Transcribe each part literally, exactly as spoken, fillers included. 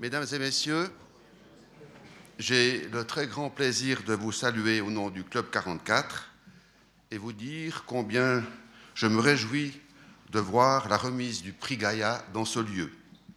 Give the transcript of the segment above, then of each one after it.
Mesdames et messieurs, j'ai le très grand plaisir de vous saluer au nom du Club quarante-quatre et vous dire combien je me réjouis de voir la remise du prix Gaïa dans ce lieu.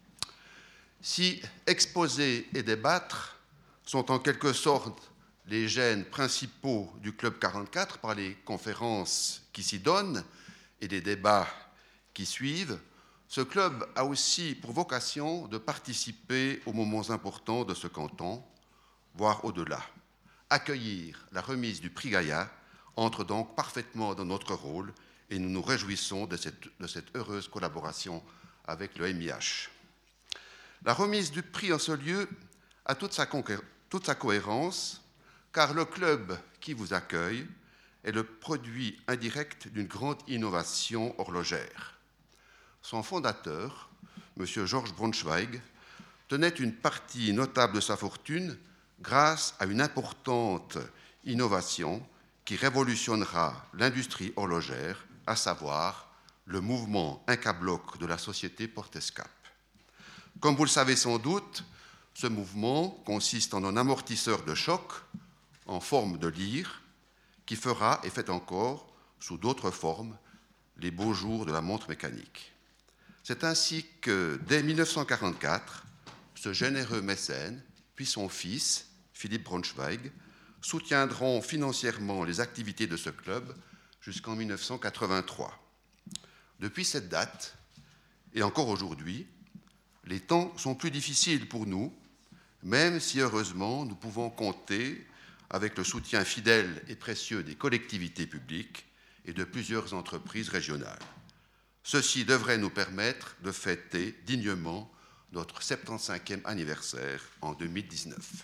Si exposer et débattre sont en quelque sorte les gènes principaux du Club quarante-quatre par les conférences qui s'y donnent et les débats qui suivent, ce club a aussi pour vocation de participer aux moments importants de ce canton, voire au-delà. Accueillir la remise du prix Gaïa entre donc parfaitement dans notre rôle et nous nous réjouissons de cette, de cette heureuse collaboration avec le M I H. La remise du prix en ce lieu a toute sa, toute sa cohérence, car le club qui vous accueille est le produit indirect d'une grande innovation horlogère. Son fondateur, M. Georges Braunschweig, tenait une partie notable de sa fortune grâce à une importante innovation qui révolutionnera l'industrie horlogère, à savoir le mouvement Inca-Bloc de la société Portescap. Comme vous le savez sans doute, ce mouvement consiste en un amortisseur de choc en forme de lyre qui fera et fait encore, sous d'autres formes, les beaux jours de la montre mécanique. C'est ainsi que, dès mille neuf cent quarante-quatre, ce généreux mécène, puis son fils, Philippe Braunschweig, soutiendront financièrement les activités de ce club jusqu'en mille neuf cent quatre-vingt-trois. Depuis cette date, et encore aujourd'hui, les temps sont plus difficiles pour nous, même si heureusement nous pouvons compter avec le soutien fidèle et précieux des collectivités publiques et de plusieurs entreprises régionales. Ceci devrait nous permettre de fêter dignement notre soixante-quinzième anniversaire en deux mille dix-neuf.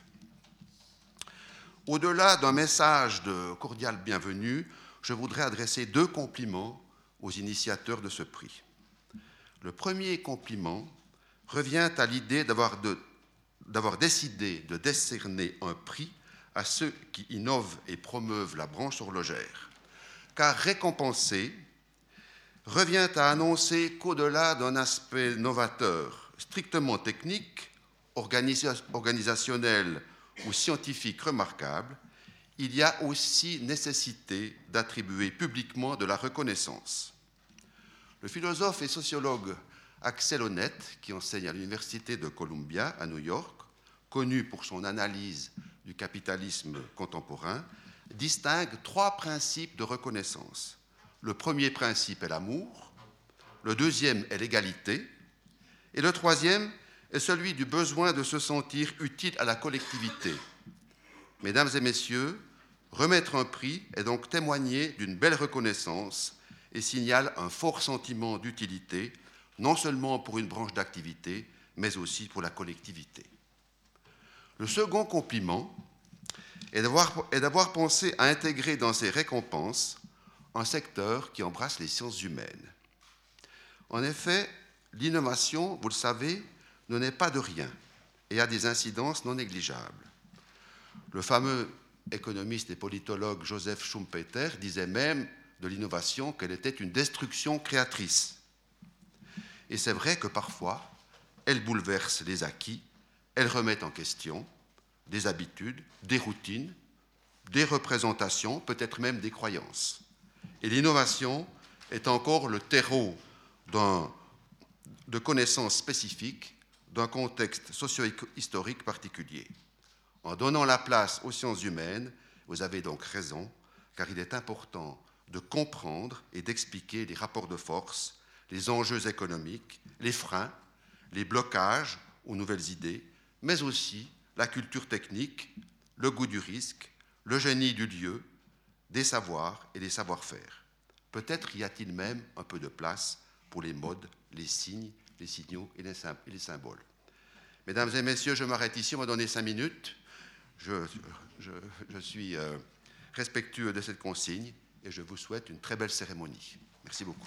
Au-delà d'un message de cordiale bienvenue, je voudrais adresser deux compliments aux initiateurs de ce prix. Le premier compliment revient à l'idée d'avoir, de, d'avoir décidé de décerner un prix à ceux qui innovent et promeuvent la branche horlogère, car récompenser revient à annoncer qu'au-delà d'un aspect novateur, strictement technique, organisa- organisationnel ou scientifique remarquable, il y a aussi nécessité d'attribuer publiquement de la reconnaissance. Le philosophe et sociologue Axel Honneth, qui enseigne à l'Université de Columbia à New York, connu pour son analyse du capitalisme contemporain, distingue trois principes de reconnaissance. Le premier principe est l'amour, le deuxième est l'égalité, et le troisième est celui du besoin de se sentir utile à la collectivité. Mesdames et messieurs, remettre un prix est donc témoigner d'une belle reconnaissance et signale un fort sentiment d'utilité, non seulement pour une branche d'activité, mais aussi pour la collectivité. Le second compliment est d'avoir, est d'avoir pensé à intégrer dans ces récompenses un secteur qui embrasse les sciences humaines. En effet, l'innovation, vous le savez, ne naît pas de rien et a des incidences non négligeables. Le fameux économiste et politologue Joseph Schumpeter disait même de l'innovation qu'elle était une destruction créatrice. Et c'est vrai que parfois, elle bouleverse les acquis, elle remet en question des habitudes, des routines, des représentations, peut-être même des croyances. Et l'innovation est encore le terreau d'un, de connaissances spécifiques d'un contexte socio-historique particulier. En donnant la place aux sciences humaines, vous avez donc raison, car il est important de comprendre et d'expliquer les rapports de force, les enjeux économiques, les freins, les blocages aux nouvelles idées, mais aussi la culture technique, le goût du risque, le génie du lieu, des savoirs et des savoir-faire. Peut-être y a-t-il même un peu de place pour les modes, les signes, les signaux et les, et les symboles. Mesdames et messieurs, je m'arrête ici, on m'a donné cinq minutes. Je, je, je suis euh, respectueux de cette consigne et je vous souhaite une très belle cérémonie. Merci beaucoup.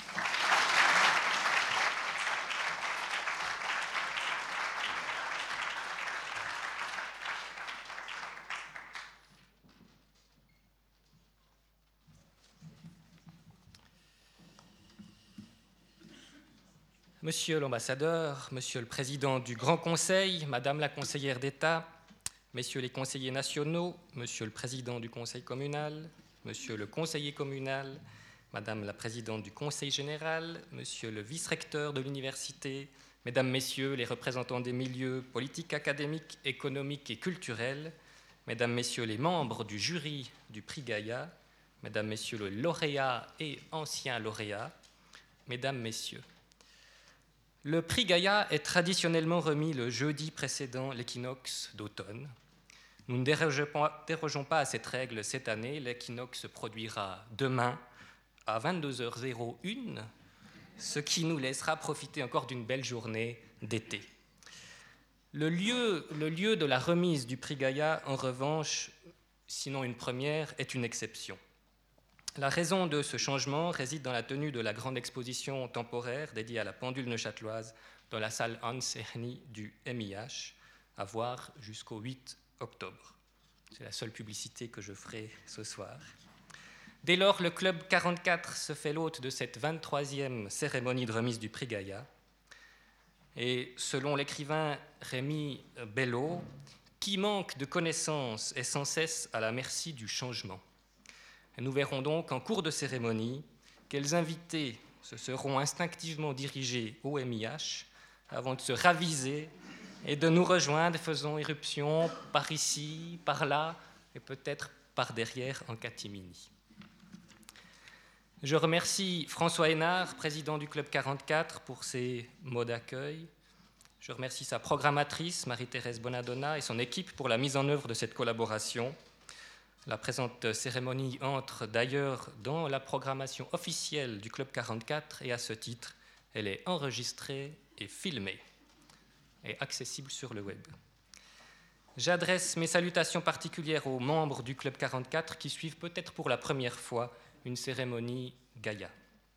Monsieur l'ambassadeur, Monsieur le Président du Grand Conseil, Madame la conseillère d'État, Messieurs les conseillers nationaux, Monsieur le Président du Conseil communal, Monsieur le conseiller communal, Madame la Présidente du Conseil général, Monsieur le vice-recteur de l'université, Mesdames, Messieurs les représentants des milieux politiques, académiques, économiques et culturels, Mesdames, Messieurs les membres du jury du prix Gaïa, Mesdames, Messieurs les lauréats et anciens lauréats, Mesdames, Messieurs, le prix Gaïa est traditionnellement remis le jeudi précédent l'équinoxe d'automne. Nous ne dérogeons pas à cette règle cette année. L'équinoxe se produira demain à vingt-deux heures un, ce qui nous laissera profiter encore d'une belle journée d'été. Le lieu, le lieu de la remise du prix Gaïa, en revanche, sinon une première, est une exception. La raison de ce changement réside dans la tenue de la grande exposition temporaire dédiée à la pendule neuchâteloise dans la salle Hans Erni du M I H, à voir jusqu'au huit octobre. C'est la seule publicité que je ferai ce soir. Dès lors, le Club quarante-quatre se fait l'hôte de cette vingt-troisième cérémonie de remise du prix Gaïa. Et selon l'écrivain Rémi Bello, qui manque de connaissances est sans cesse à la merci du changement. Nous verrons donc en cours de cérémonie quels invités se seront instinctivement dirigés au M I H avant de se raviser et de nous rejoindre, faisant irruption par ici, par là et peut-être par derrière en catimini. Je remercie François Hénard, président du Club quarante-quatre, pour ses mots d'accueil. Je remercie sa programmatrice, Marie-Thérèse Bonadonna, et son équipe pour la mise en œuvre de cette collaboration. La présente cérémonie entre d'ailleurs dans la programmation officielle du Club quarante-quatre et à ce titre, elle est enregistrée et filmée et accessible sur le web. J'adresse mes salutations particulières aux membres du Club quarante-quatre qui suivent peut-être pour la première fois une cérémonie Gaïa.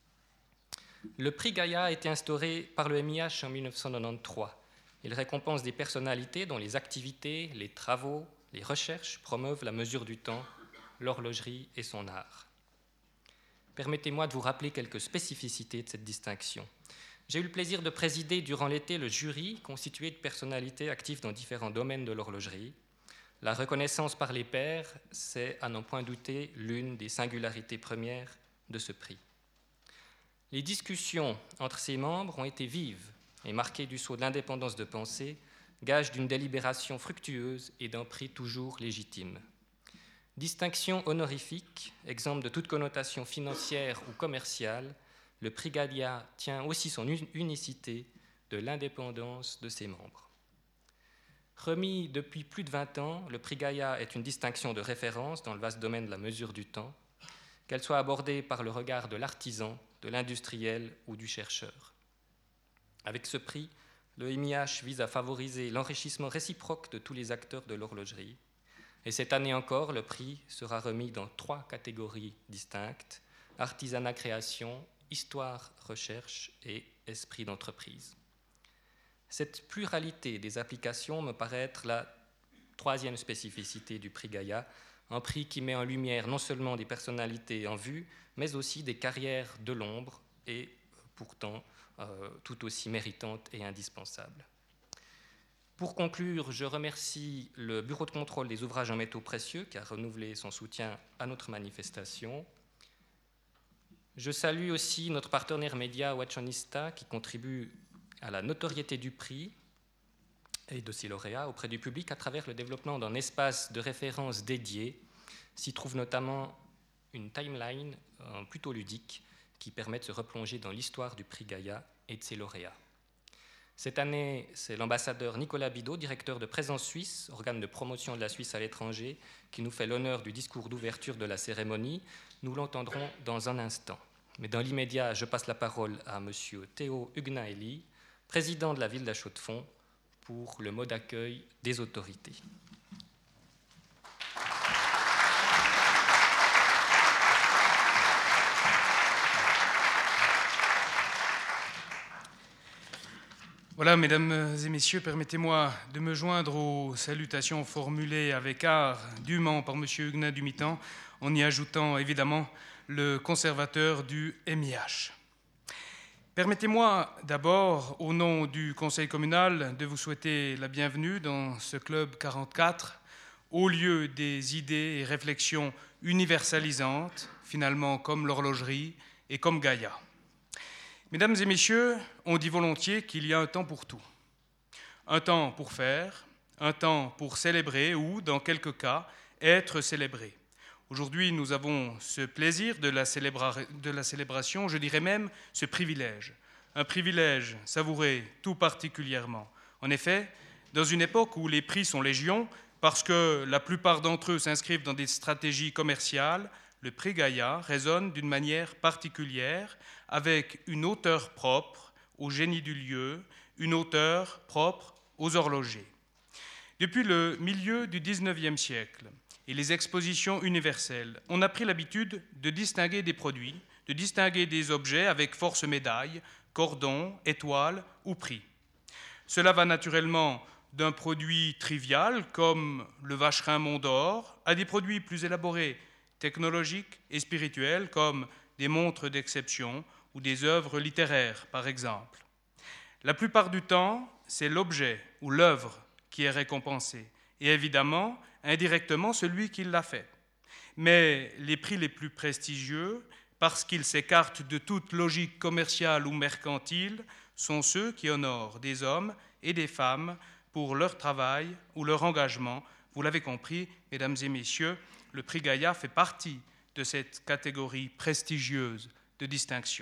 Le prix Gaïa a été instauré par le M I H en mille neuf cent quatre-vingt-treize. Il récompense des personnalités dont les activités, les travaux, les recherches promeuvent la mesure du temps, l'horlogerie et son art. Permettez-moi de vous rappeler quelques spécificités de cette distinction. J'ai eu le plaisir de présider durant l'été le jury constitué de personnalités actives dans différents domaines de l'horlogerie. La reconnaissance par les pairs, c'est, à n'en point douter, l'une des singularités premières de ce prix. Les discussions entre ses membres ont été vives et marquées du sceau de l'indépendance de pensée, gage d'une délibération fructueuse et d'un prix toujours légitime. Distinction honorifique, exemple de toute connotation financière ou commerciale, le prix Gaïa tient aussi son unicité de l'indépendance de ses membres. Remis depuis plus de vingt ans, le prix Gaïa est une distinction de référence dans le vaste domaine de la mesure du temps, qu'elle soit abordée par le regard de l'artisan, de l'industriel ou du chercheur. Avec ce prix, le M I H vise à favoriser l'enrichissement réciproque de tous les acteurs de l'horlogerie. Et cette année encore, le prix sera remis dans trois catégories distinctes, artisanat-création, histoire-recherche et esprit d'entreprise. Cette pluralité des applications me paraît être la troisième spécificité du prix Gaïa, un prix qui met en lumière non seulement des personnalités en vue, mais aussi des carrières de l'ombre et pourtant euh, tout aussi méritantes et indispensables. Pour conclure, je remercie le Bureau de contrôle des ouvrages en métaux précieux qui a renouvelé son soutien à notre manifestation. Je salue aussi notre partenaire média Watchonista qui contribue à la notoriété du prix et de ses lauréats auprès du public à travers le développement d'un espace de référence dédié. S'y trouve notamment une timeline euh, plutôt ludique qui permet de se replonger dans l'histoire du prix Gaïa et de ses lauréats. Cette année, c'est l'ambassadeur Nicolas Bidot, directeur de Présence Suisse, organe de promotion de la Suisse à l'étranger, qui nous fait l'honneur du discours d'ouverture de la cérémonie. Nous l'entendrons dans un instant. Mais dans l'immédiat, je passe la parole à M. Théo Hugnaeli, président de la ville d'Achaux-de-Fonds, pour le mot d'accueil des autorités. Voilà, mesdames et messieurs, permettez-moi de me joindre aux salutations formulées avec art dûment par M. Huguenin Dumitan, en y ajoutant évidemment le conservateur du M I H. Permettez-moi d'abord, au nom du Conseil communal, de vous souhaiter la bienvenue dans ce Club quarante-quatre, au lieu des idées et réflexions universalisantes, finalement comme l'horlogerie et comme Gaïa. Mesdames et messieurs, on dit volontiers qu'il y a un temps pour tout. Un temps pour faire, un temps pour célébrer ou, dans quelques cas, être célébré. Aujourd'hui, nous avons ce plaisir de la, célébra- de la célébration, je dirais même ce privilège. Un privilège savouré tout particulièrement. En effet, dans une époque où les prix sont légion, parce que la plupart d'entre eux s'inscrivent dans des stratégies commerciales, le prix Gaïa résonne d'une manière particulière, avec une hauteur propre au génie du lieu, une hauteur propre aux horlogers. Depuis le milieu du dix-neuvième siècle et les expositions universelles, on a pris l'habitude de distinguer des produits, de distinguer des objets avec force médaille, cordon, étoile ou prix. Cela va naturellement d'un produit trivial comme le vacherin Mont d'Or à des produits plus élaborés, technologiques et spirituels comme des montres d'exception ou des œuvres littéraires, par exemple. La plupart du temps, c'est l'objet ou l'œuvre qui est récompensé, et évidemment, indirectement, celui qui l'a fait. Mais les prix les plus prestigieux, parce qu'ils s'écartent de toute logique commerciale ou mercantile, sont ceux qui honorent des hommes et des femmes pour leur travail ou leur engagement. Vous l'avez compris, mesdames et messieurs, le prix Gaïa fait partie de cette catégorie prestigieuse de distinction.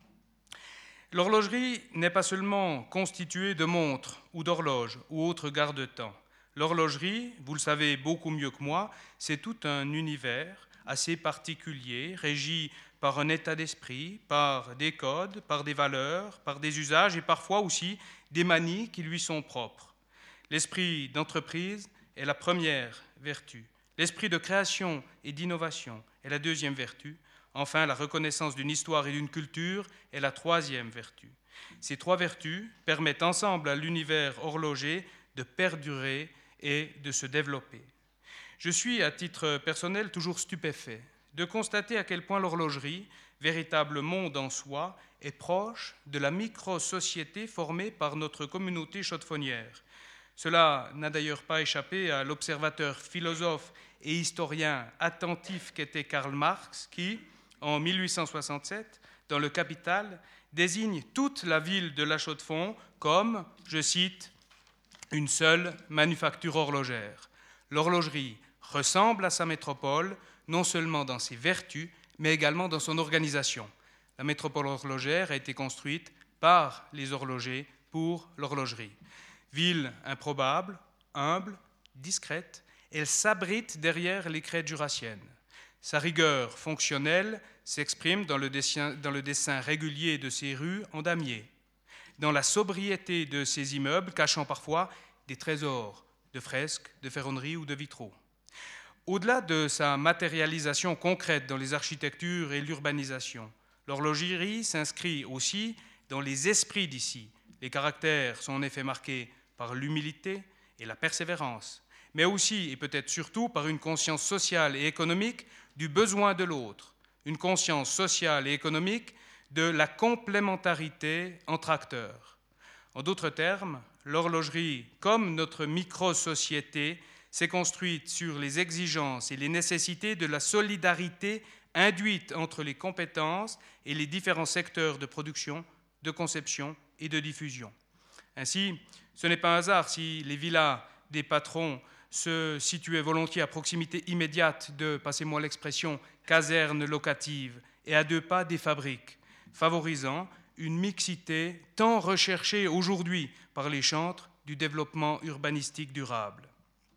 L'horlogerie n'est pas seulement constituée de montres ou d'horloges ou autres garde-temps. L'horlogerie, vous le savez beaucoup mieux que moi, c'est tout un univers assez particulier, régi par un état d'esprit, par des codes, par des valeurs, par des usages et parfois aussi des manies qui lui sont propres. L'esprit d'entreprise est la première vertu. L'esprit de création et d'innovation est la deuxième vertu. Enfin, la reconnaissance d'une histoire et d'une culture est la troisième vertu. Ces trois vertus permettent ensemble à l'univers horloger de perdurer et de se développer. Je suis, à titre personnel, toujours stupéfait de constater à quel point l'horlogerie, véritable monde en soi, est proche de la micro-société formée par notre communauté chaudefonnière. Cela n'a d'ailleurs pas échappé à l'observateur philosophe et historien attentif qu'était Karl Marx, qui, en mille huit cent soixante-sept, dans le Capital, désigne toute la ville de La Chaux-de-Fonds comme, je cite, une seule manufacture horlogère. L'horlogerie ressemble à sa métropole, non seulement dans ses vertus, mais également dans son organisation. La métropole horlogère a été construite par les horlogers pour l'horlogerie. Ville improbable, humble, discrète, elle s'abrite derrière les crêtes jurassiennes. Sa rigueur fonctionnelle s'exprime dans le dessin, dans le dessin régulier de ses rues en damier, dans la sobriété de ses immeubles cachant parfois des trésors de fresques, de ferronneries ou de vitraux. Au-delà de sa matérialisation concrète dans les architectures et l'urbanisation, l'horlogerie s'inscrit aussi dans les esprits d'ici. Les caractères sont en effet marqués par l'humilité et la persévérance, mais aussi et peut-être surtout par une conscience sociale et économique du besoin de l'autre, une conscience sociale et économique de la complémentarité entre acteurs. En d'autres termes, l'horlogerie, comme notre micro-société, s'est construite sur les exigences et les nécessités de la solidarité induite entre les compétences et les différents secteurs de production, de conception et de diffusion. Ainsi, ce n'est pas un hasard si les villas des patrons se situaient volontiers à proximité immédiate de, passez-moi l'expression, casernes locatives et à deux pas des fabriques, favorisant une mixité tant recherchée aujourd'hui par les chantres du développement urbanistique durable.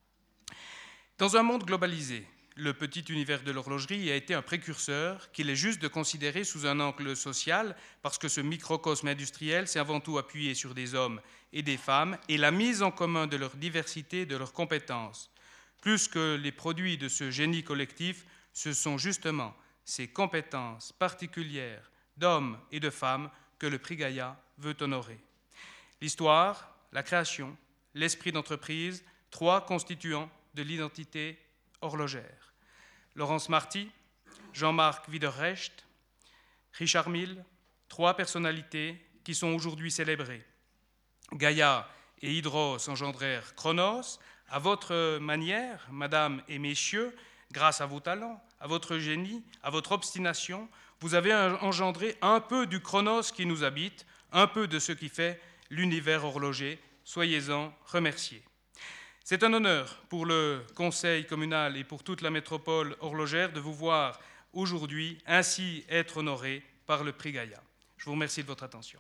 Dans un monde globalisé, le petit univers de l'horlogerie a été un précurseur qu'il est juste de considérer sous un angle social parce que ce microcosme industriel s'est avant tout appuyé sur des hommes et des femmes et la mise en commun de leur diversité et de leurs compétences. Plus que les produits de ce génie collectif, ce sont justement ces compétences particulières d'hommes et de femmes que le prix Gaïa veut honorer. L'histoire, la création, l'esprit d'entreprise, trois constituants de l'identité horlogère. Laurence Marty, Jean-Marc Widerrecht, Richard Mille, trois personnalités qui sont aujourd'hui célébrées. Gaïa et Hydros engendrèrent Chronos. À votre manière, Madame et Messieurs, grâce à vos talents, à votre génie, à votre obstination, vous avez engendré un peu du Chronos qui nous habite, un peu de ce qui fait l'univers horloger. Soyez-en remerciés. C'est un honneur pour le Conseil communal et pour toute la métropole horlogère de vous voir aujourd'hui ainsi être honoré par le prix Gaïa. Je vous remercie de votre attention.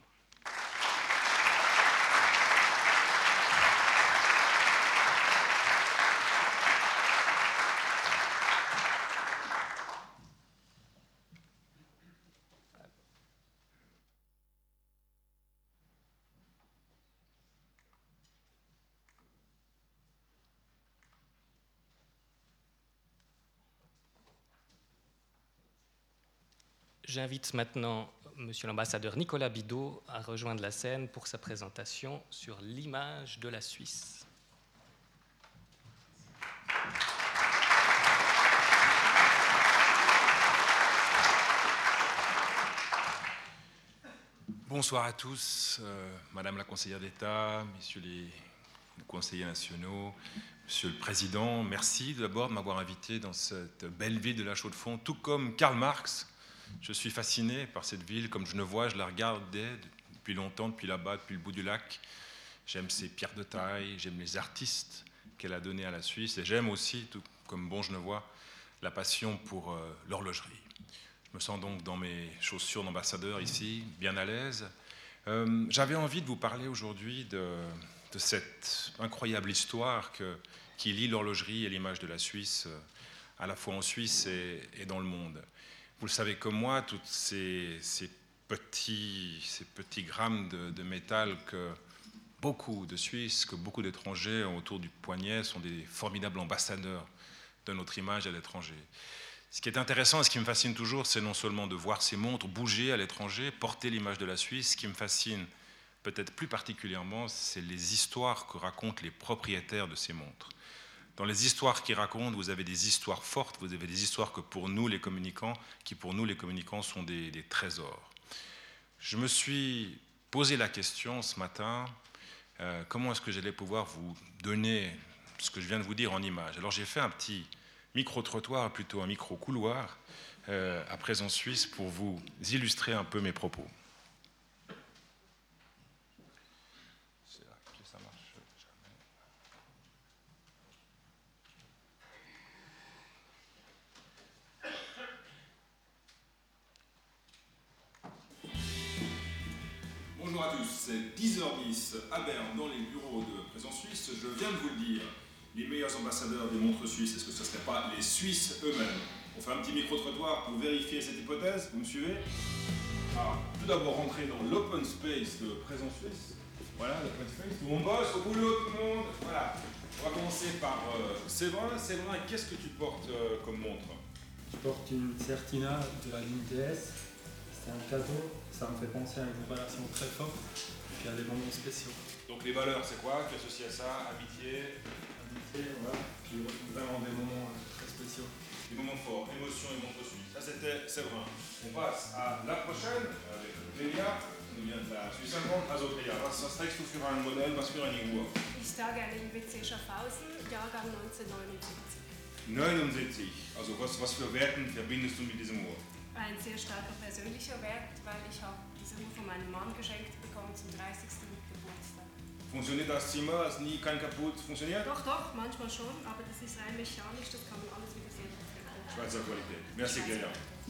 J'invite maintenant Monsieur l'ambassadeur Nicolas Bidault à rejoindre la scène pour sa présentation sur l'image de la Suisse. Bonsoir à tous, euh, Madame la conseillère d'État, Messieurs les conseillers nationaux, Monsieur le Président, merci d'abord de m'avoir invité dans cette belle ville de La Chaux-de-Fonds, tout comme Karl Marx. Je suis fasciné par cette ville, comme je ne vois, je la regardais depuis longtemps, depuis là-bas, depuis le bout du lac. J'aime ses pierres de taille, j'aime les artistes qu'elle a donnés à la Suisse, et j'aime aussi, tout comme bon Genevois, la passion pour euh, l'horlogerie. Je me sens donc dans mes chaussures d'ambassadeur ici, bien à l'aise. Euh, j'avais envie de vous parler aujourd'hui de, de cette incroyable histoire que, qui lie l'horlogerie et l'image de la Suisse, à la fois en Suisse et, et dans le monde. Vous le savez comme moi, tous ces, ces, petits, ces petits grammes de, de métal que beaucoup de Suisses, que beaucoup d'étrangers ont autour du poignet sont des formidables ambassadeurs de notre image à l'étranger. Ce qui est intéressant et ce qui me fascine toujours, c'est non seulement de voir ces montres bouger à l'étranger, porter l'image de la Suisse. Ce qui me fascine peut-être plus particulièrement, c'est les histoires que racontent les propriétaires de ces montres. Dans les histoires qu'ils racontent, vous avez des histoires fortes, vous avez des histoires que pour nous, les communicants, qui pour nous, les communicants, sont des, des trésors. Je me suis posé la question ce matin, euh, comment est-ce que j'allais pouvoir vous donner ce que je viens de vous dire en images. Alors j'ai fait un petit micro-trottoir, plutôt un micro-couloir, euh, à présent suisse, pour vous illustrer un peu mes propos. Ça marche jamais. Bonjour à tous, c'est dix heures dix à Berne, dans les bureaux de Présence Suisse. Je viens de vous le dire, les meilleurs ambassadeurs des montres suisses, est-ce que ce ne serait pas les Suisses eux-mêmes? On fait un petit micro-trottoir pour vérifier cette hypothèse, vous me suivez? Alors, tout d'abord rentrer dans l'open space de Présence Suisse. Voilà, l'open space, tout le monde bosse, au boulot, tout le monde. Voilà, on va commencer par euh, Séverin. Séverin, qu'est-ce que tu portes euh, comme montre? Je porte une Certina de la ligne D S. C'est un cadeau, ça me fait penser à une relation très forte et puis à des moments spéciaux. Donc les valeurs, c'est quoi? Tu associes à ça? Amitié? Amitié, voilà. Puis vraiment des moments très spéciaux. Des moments forts, émotion et montre suisse. Ça, c'était Séverin. On passe à la prochaine, avec Lélia, qui nous vient de la Suisse allemande. Also Lélia, was, was trägst du für ein Modell, was für eine Uhr? Ich trage eine I W C Schaffhausen, Jahrgang neunzehnhundertneunundsiebzig. neunundsiebzig. Also was, was für Werten verbindest du mit diesem Uhr? Ein sehr starker persönlicher Wert, weil ich habe diese Uhr von meinem Mann geschenkt bekommen zum dreißigsten Geburtstag. Funktioniert das Zimmer? Ist nie kein kaputt funktioniert? Doch, doch, manchmal schon, aber das ist rein mechanisch, das kann man alles wieder sehr gut verkaufen. Schweizer Qualität. Merci Lélia.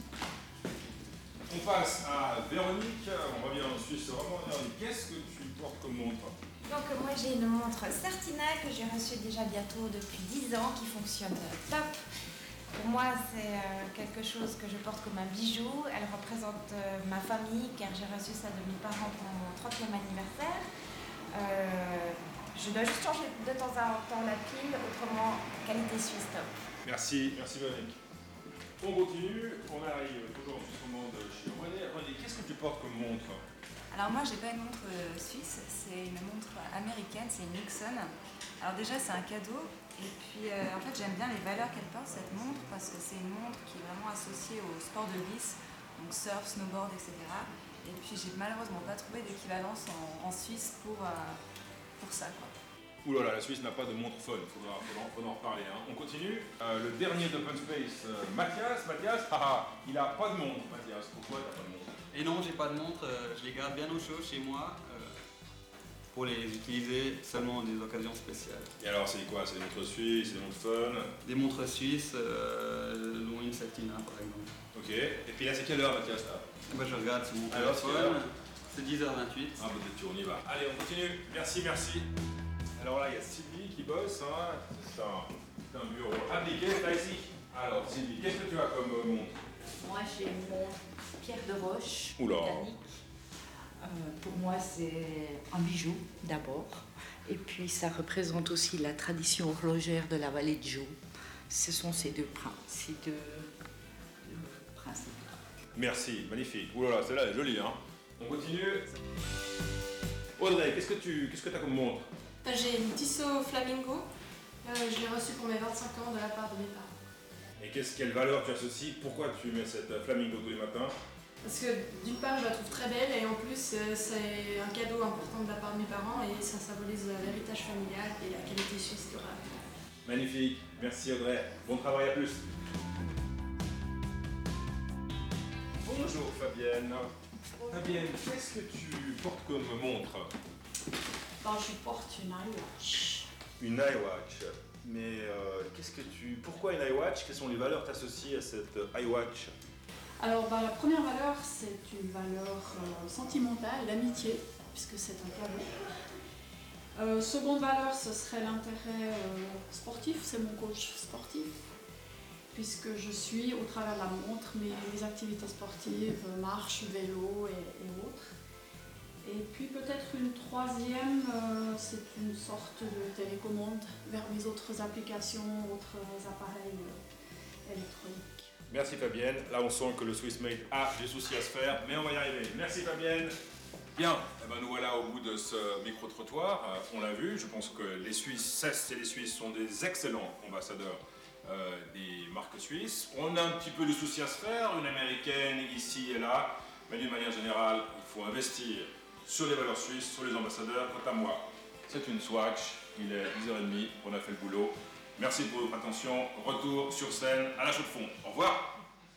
On passe à Véronique, on revient en Suisse romande. Véronique, qu'est-ce que tu portes comme montre? Donc moi j'ai une montre Certina que j'ai reçue déjà bientôt depuis dix ans qui fonctionne top. Pour moi c'est quelque chose que je porte comme un bijou. Elle représente ma famille car j'ai reçu ça de mes parents pour mon trentième anniversaire. Euh, je dois juste changer de temps en temps la pile, autrement qualité suisse top. Merci, merci Véronique. On continue, on arrive toujours en Suisse romande chez René. René, qu'est-ce que tu portes comme montre? Alors moi j'ai pas une montre suisse, c'est une montre américaine, c'est une Nixon. Alors déjà c'est un cadeau et puis euh, en fait j'aime bien les valeurs qu'elle porte cette montre parce que c'est une montre qui est vraiment associée au sport de glisse, donc surf, snowboard, et cetera. Et puis j'ai malheureusement pas trouvé d'équivalence en, en Suisse pour, euh, pour ça, quoi. Ouh là là, la Suisse n'a pas de montre fun, il faudra, faudra, faudra en reparler. Hein. On continue. Euh, le dernier d'Open Space, euh, Mathias. Mathias, haha, il n'a pas de montre, Mathias. Pourquoi tu n'as pas de montre? Et non, j'ai pas de montre, euh, je les garde bien au chaud chez moi euh, pour les utiliser seulement en des occasions spéciales. Et alors, c'est quoi? C'est des montres suisses, c'est des montres fun? Des montres suisses, euh, dont une Certina par exemple. Ok, et puis là, c'est quelle heure, Mathias là? Bah, je regarde sur mon alors, téléphone, c'est dix heures vingt-huit. Ah, peut-être on y va. Allez, on continue. Merci, merci. Alors là, il y a Sylvie qui bosse, hein. C'est un, un bureau appliqué, là ici. Alors, Sylvie, qu'est-ce que tu as comme euh, montre? Moi, j'ai une montre Pierre de Roche, Oula. britannique. Euh, pour moi, c'est un bijou, d'abord. Et puis, ça représente aussi la tradition horlogère de la vallée de Joux. Ce sont ces deux, ces deux, deux principes. Merci, magnifique. Ouh là là, celle-là est jolie, hein. On continue. Audrey, qu'est-ce que tu qu'est-ce que t'as comme montre? J'ai une Tissot Flamingo. Euh, je l'ai reçue pour mes vingt-cinq ans de la part de mes parents. Et qu'est-ce, quelle valeur tu associes? Pourquoi tu mets cette Flamingo tous les matins? Parce que d'une part, je la trouve très belle et en plus, euh, c'est un cadeau important de la part de mes parents et ça symbolise l'héritage familial et la qualité suisse durable. Magnifique. Merci Audrey. Bon travail, à plus. Bonjour Fabienne. Bonjour. Fabienne, qu'est-ce que tu portes comme montre? Bon, je porte une iWatch. Une iWatch. Mais euh, qu'est-ce que tu... Pourquoi une iWatch? Quelles sont les valeurs associées à cette iWatch? Alors, bah, la première valeur, c'est une valeur euh, sentimentale, l'amitié, puisque c'est un cadeau. Euh, seconde valeur, ce serait l'intérêt euh, sportif, c'est mon coach sportif, puisque je suis au travers de la montre mes, mes activités sportives, marche, vélo et, et autres. Et puis peut-être une troisième, euh, c'est une sorte de télécommande vers mes autres applications, autres appareils euh, électroniques. Merci Fabienne. Là on sent que le Swissmade a des soucis à se faire, mais on va y arriver. Merci Fabienne. Bien, eh ben, nous voilà au bout de ce micro-trottoir. Euh, on l'a vu, je pense que les Suisses et les Suisses sont des excellents ambassadeurs euh, des marques suisses. On a un petit peu de soucis à se faire, une américaine ici et là, mais d'une manière générale, il faut investir sur les valeurs suisses, sur les ambassadeurs. Quant à moi, c'est une Swatch, il est dix heures trente, on a fait le boulot. Merci pour votre attention, retour sur scène à la chaux de fond. Au revoir.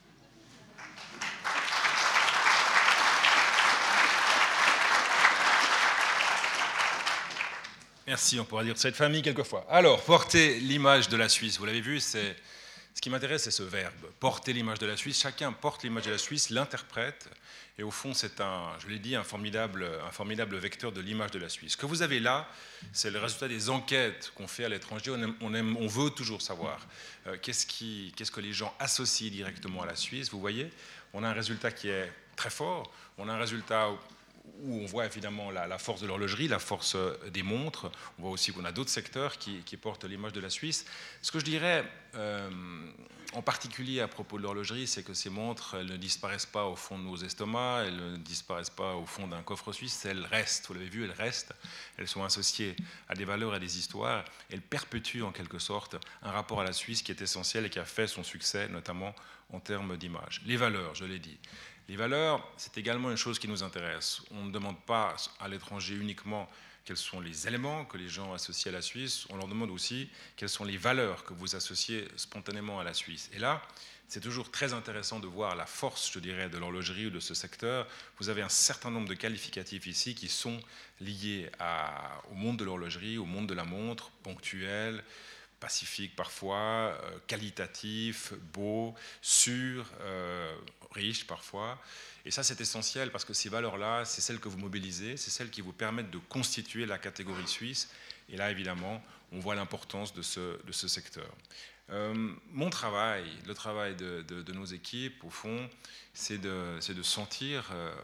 Merci, on pourra dire de cette famille quelquefois. Alors, porter l'image de la Suisse, vous l'avez vu, c'est... ce qui m'intéresse, c'est ce verbe, porter l'image de la Suisse. Chacun porte l'image de la Suisse, l'interprète, et au fond, c'est un, je l'ai dit, un formidable, un formidable vecteur de l'image de la Suisse. Ce que vous avez là, c'est le résultat des enquêtes qu'on fait à l'étranger. On, aime, on, aime, on veut toujours savoir euh, qu'est-ce, qui, qu'est-ce que les gens associent directement à la Suisse. Vous voyez, on a un résultat qui est très fort. On a un résultat où on voit évidemment la, la force de l'horlogerie, la force des montres. On voit aussi qu'on a d'autres secteurs qui, qui portent l'image de la Suisse. Ce que je dirais, euh, en particulier à propos de l'horlogerie, c'est que ces montres, elles ne disparaissent pas au fond de nos estomacs, elles ne disparaissent pas au fond d'un coffre suisse, elles restent, vous l'avez vu, elles restent. Elles sont associées à des valeurs et à des histoires. Elles perpétuent en quelque sorte un rapport à la Suisse qui est essentiel et qui a fait son succès, notamment en termes d'image. Les valeurs, je l'ai dit. Les valeurs, c'est également une chose qui nous intéresse. On ne demande pas à l'étranger uniquement quels sont les éléments que les gens associent à la Suisse, on leur demande aussi quelles sont les valeurs que vous associez spontanément à la Suisse. Et là, c'est toujours très intéressant de voir la force, je dirais, de l'horlogerie ou de ce secteur. Vous avez un certain nombre de qualificatifs ici qui sont liés à, au monde de l'horlogerie, au monde de la montre, ponctuel, pacifique parfois, euh, qualitatif, beau, sûr, euh, riche parfois. Et ça, c'est essentiel parce que ces valeurs-là, c'est celles que vous mobilisez, c'est celles qui vous permettent de constituer la catégorie suisse. Et là, évidemment, on voit l'importance de ce, de ce secteur. Euh, mon travail, le travail de, de, de nos équipes, au fond, c'est de, c'est de sentir euh,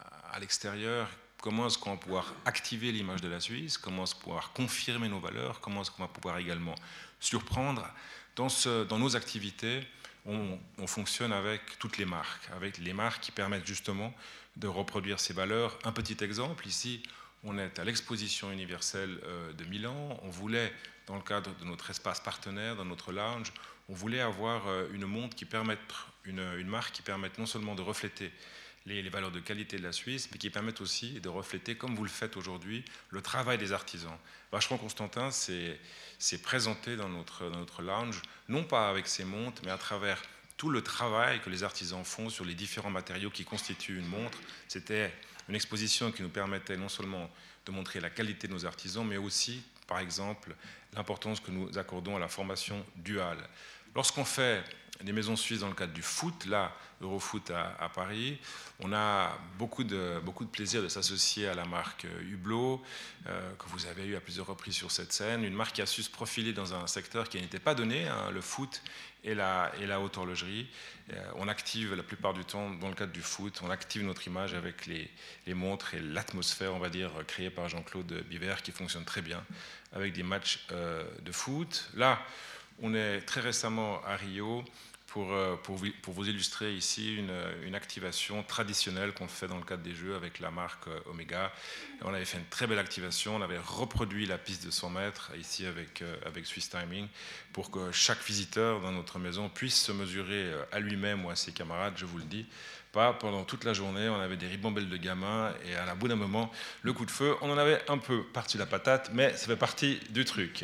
à l'extérieur comment est-ce qu'on va pouvoir activer l'image de la Suisse, comment est-ce qu'on va pouvoir confirmer nos valeurs, comment est-ce qu'on va pouvoir également surprendre. Dans, ce, dans nos activités, on, on fonctionne avec toutes les marques, avec les marques qui permettent justement de reproduire ces valeurs. Un petit exemple, ici, on est à l'exposition universelle de Milan. On voulait, dans le cadre de notre espace partenaire, dans notre lounge, on voulait avoir une montre qui permette, une, une marque qui permette non seulement de refléter les, les valeurs de qualité de la Suisse, mais qui permettent aussi de refléter, comme vous le faites aujourd'hui, le travail des artisans. Vacheron Constantin s'est présenté dans notre, dans notre lounge, non pas avec ses montres, mais à travers tout le travail que les artisans font sur les différents matériaux qui constituent une montre. C'était une exposition qui nous permettait non seulement de montrer la qualité de nos artisans, mais aussi, par exemple, l'importance que nous accordons à la formation duale. Lorsqu'on fait des maisons suisses dans le cadre du foot, là, Eurofoot à, à Paris, on a beaucoup de, beaucoup de plaisir de s'associer à la marque Hublot, euh, que vous avez eu à plusieurs reprises sur cette scène, une marque qui a su se profiler dans un secteur qui n'était pas donné, hein, le foot et la, et la haute horlogerie. Euh, on active la plupart du temps, dans le cadre du foot, on active notre image avec les, les montres et l'atmosphère, on va dire, créée par Jean-Claude Biver, qui fonctionne très bien avec des matchs euh, de foot. Là, on est très récemment à Rio pour, pour, vous, pour vous illustrer ici une, une activation traditionnelle qu'on fait dans le cadre des Jeux avec la marque Omega. On avait fait une très belle activation, on avait reproduit la piste de cent mètres ici avec, avec Swiss Timing pour que chaque visiteur dans notre maison puisse se mesurer à lui-même ou à ses camarades, je vous le dis. Pas pendant toute la journée, on avait des ribambelles de gamins et à la bout d'un moment, le coup de feu, on en avait un peu par-dessus la patate, mais ça fait partie du truc.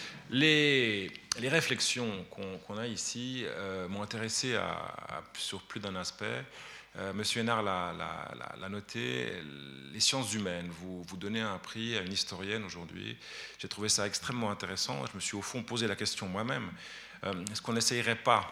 Les, les réflexions qu'on qu'on a ici euh, m'ont intéressé à, à, sur plus d'un aspect. Euh, Monsieur Hénard l'a noté, les sciences humaines. Vous, vous donnez un prix à une historienne aujourd'hui. J'ai trouvé ça extrêmement intéressant. Je me suis au fond posé la question moi-même. Euh, Est-ce qu'on n'essayerait pas,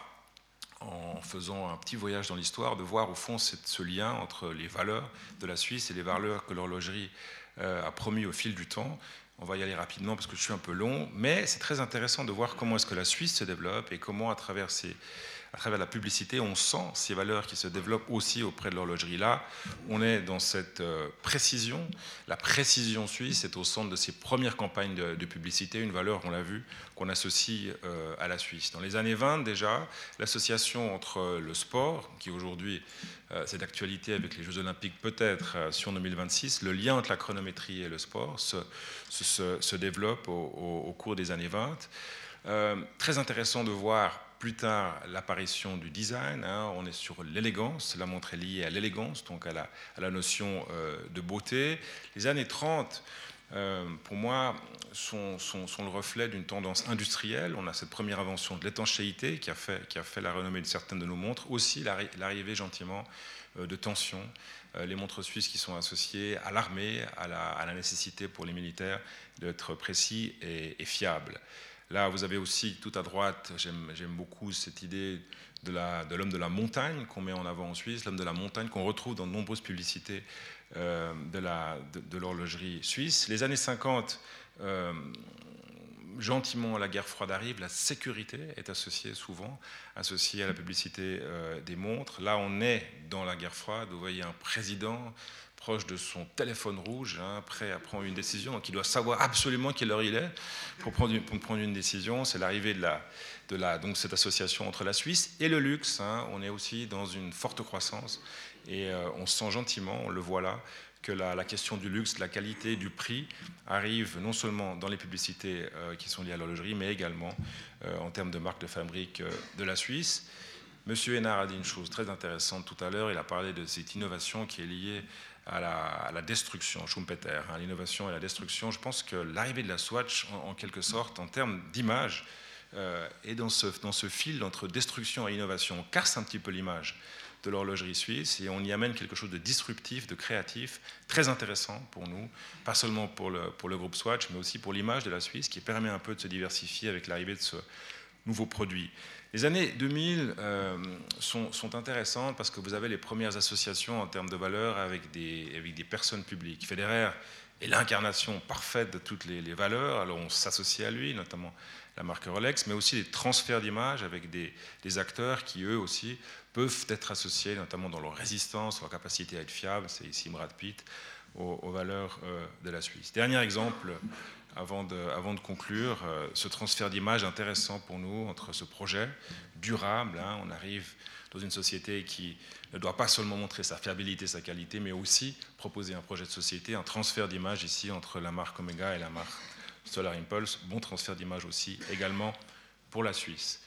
en faisant un petit voyage dans l'histoire, de voir au fond cette, ce lien entre les valeurs de la Suisse et les valeurs que l'horlogerie euh, a promis au fil du temps? On va y aller rapidement parce que je suis un peu long, mais c'est très intéressant de voir comment est-ce que la Suisse se développe et comment à travers, ces, à travers la publicité, on sent ces valeurs qui se développent aussi auprès de l'horlogerie. Là, on est dans cette euh, précision. La précision suisse est au centre de ces premières campagnes de, de publicité, une valeur, on l'a vu, qu'on associe euh, à la Suisse. Dans les années vingt déjà, l'association entre le sport, qui aujourd'hui euh, c'est d'actualité avec les Jeux Olympiques peut-être euh, sur deux mille vingt-six, le lien entre la chronométrie et le sport se, se, se développe au, au, au cours des années vingt. Euh, très intéressant de voir plus tard l'apparition du design, hein. On est sur l'élégance, la montre est liée à l'élégance, donc à la, à la notion euh, de beauté. Les années trente, euh, pour moi, sont, sont, sont le reflet d'une tendance industrielle. On a cette première invention de l'étanchéité qui a fait, qui a fait la renommée de certaines de nos montres, aussi l'arrivée gentiment euh, de tension, euh, les montres suisses qui sont associées à l'armée, à la, à la nécessité pour les militaires d'être précis et, et fiables. Là, vous avez aussi tout à droite, j'aime beaucoup cette idée de l'homme de, de la montagne qu'on met en avant en Suisse, l'homme de la montagne qu'on retrouve dans de nombreuses publicités euh, de l'horlogerie de, de suisse. Les années cinquante, euh, gentiment, la guerre froide arrive, la sécurité est associée souvent, associée à la publicité euh, des montres. Là, on est dans la guerre froide, vous voyez un président proche de son téléphone rouge, hein, prêt à prendre une décision, donc il doit savoir absolument quelle heure il est pour prendre une, pour prendre une décision. C'est l'arrivée de, la, de la, donc cette association entre la Suisse et le luxe. Hein. On est aussi dans une forte croissance et euh, on sent gentiment, on le voit là, que la, la question du luxe, de la qualité, du prix arrive non seulement dans les publicités euh, qui sont liées à l'horlogerie, mais également euh, en termes de marque de fabrique euh, de la Suisse. Monsieur Hénard a dit une chose très intéressante tout à l'heure, il a parlé de cette innovation qui est liée à la, à la destruction, Schumpeter, hein, l'innovation et la destruction. Je pense que l'arrivée de la Swatch, en, en quelque sorte, en termes d'image, euh, est dans ce, dans ce fil entre destruction et innovation. On casse un petit peu l'image de l'horlogerie suisse et on y amène quelque chose de disruptif, de créatif, très intéressant pour nous, pas seulement pour le, pour le groupe Swatch, mais aussi pour l'image de la Suisse qui permet un peu de se diversifier avec l'arrivée de ce nouveau produit. Les années deux mille euh, sont, sont intéressantes parce que vous avez les premières associations en termes de valeurs avec des, avec des personnes publiques. Federer est l'incarnation parfaite de toutes les, les valeurs, alors on s'associe à lui, notamment la marque Rolex, mais aussi des transferts d'images avec des, des acteurs qui, eux aussi, peuvent être associés, notamment dans leur résistance, leur capacité à être fiables, c'est ici Brad Pitt, aux, aux valeurs euh, de la Suisse. Dernier exemple, avant de, avant de conclure, euh, ce transfert d'image intéressant pour nous entre ce projet durable, hein, on arrive dans une société qui ne doit pas seulement montrer sa fiabilité, sa qualité, mais aussi proposer un projet de société, un transfert d'image ici entre la marque Omega et la marque Solar Impulse, bon transfert d'image aussi également pour la Suisse.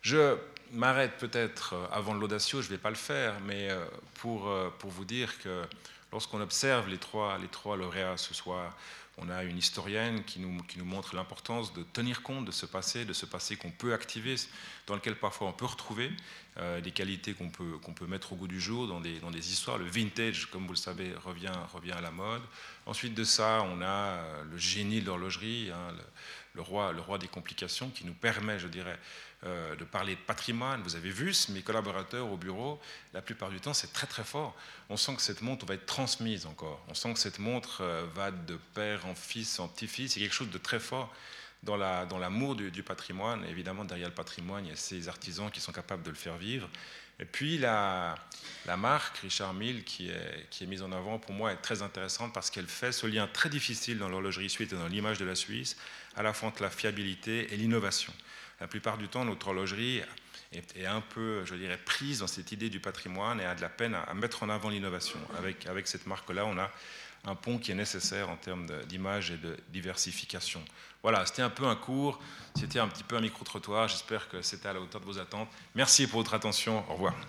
Je m'arrête peut-être avant l'Audacio, je ne vais pas le faire, mais pour, pour vous dire que lorsqu'on observe les trois, les trois lauréats ce soir, on a une historienne qui nous, qui nous montre l'importance de tenir compte de ce passé, de ce passé qu'on peut activer, dans lequel parfois on peut retrouver euh, des qualités qu'on peut, qu'on peut mettre au goût du jour dans des, dans des histoires. Le vintage, comme vous le savez, revient, revient à la mode. Ensuite de ça, on a le génie de l'horlogerie, hein, le, le, roi, le roi des complications, qui nous permet, je dirais, euh, de parler de patrimoine. Vous avez vu, mes collaborateurs au bureau, la plupart du temps, c'est très très fort. On sent que cette montre va être transmise encore. On sent que cette montre euh, va de père en fils, en petit-fils. C'est quelque chose de très fort dans, la, dans l'amour du, du patrimoine. Et évidemment, derrière le patrimoine, il y a ces artisans qui sont capables de le faire vivre. Et puis, la, la marque Richard Mille, qui est, qui est mise en avant, pour moi, est très intéressante parce qu'elle fait ce lien très difficile dans l'horlogerie suisse et dans l'image de la Suisse, à la fois entre la fiabilité et l'innovation. La plupart du temps, notre horlogerie est, est un peu, je dirais, prise dans cette idée du patrimoine et a de la peine à, à mettre en avant l'innovation. Avec, avec cette marque-là, on a un pont qui est nécessaire en termes de, d'image et de diversification. Voilà, c'était un peu un cours, c'était un petit peu un micro-trottoir. J'espère que c'était à la hauteur de vos attentes. Merci pour votre attention. Au revoir.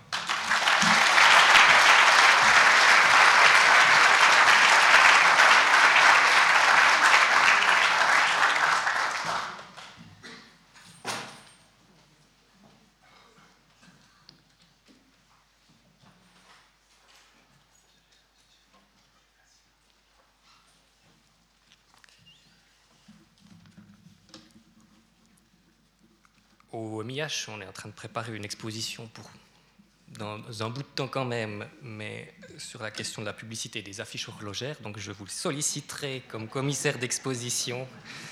Au M I H, on est en train de préparer une exposition pour, dans un bout de temps quand même, mais sur la question de la publicité des affiches horlogères. Donc je vous solliciterai comme commissaire d'exposition.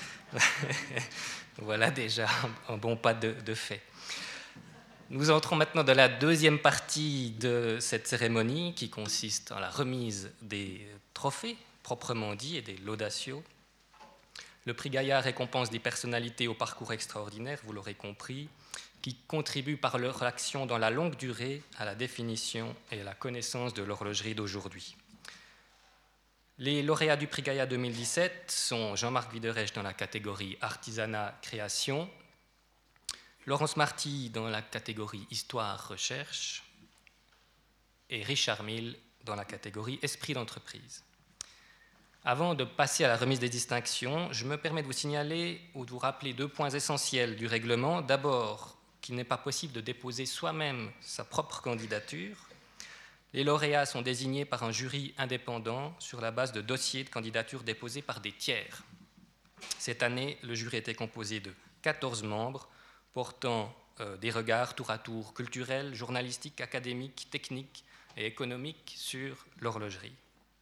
Voilà déjà un bon pas de, de fait. Nous entrons maintenant dans la deuxième partie de cette cérémonie qui consiste en la remise des trophées, proprement dit, et des laudatio. Le prix Gaillard récompense des personnalités au parcours extraordinaire, vous l'aurez compris, qui contribuent par leur action dans la longue durée à la définition et à la connaissance de l'horlogerie d'aujourd'hui. Les lauréats du prix Gaillard deux mille dix-sept sont Jean-Marc Widerrecht dans la catégorie Artisanat Création, Laurence Marty dans la catégorie Histoire Recherche et Richard Mille dans la catégorie Esprit d'entreprise. Avant de passer à la remise des distinctions, je me permets de vous signaler ou de vous rappeler deux points essentiels du règlement. D'abord, qu'il n'est pas possible de déposer soi-même sa propre candidature. Les lauréats sont désignés par un jury indépendant sur la base de dossiers de candidature déposés par des tiers. Cette année, le jury était composé de quatorze membres portant euh, des regards tour à tour culturels, journalistiques, académiques, techniques et économiques sur l'horlogerie.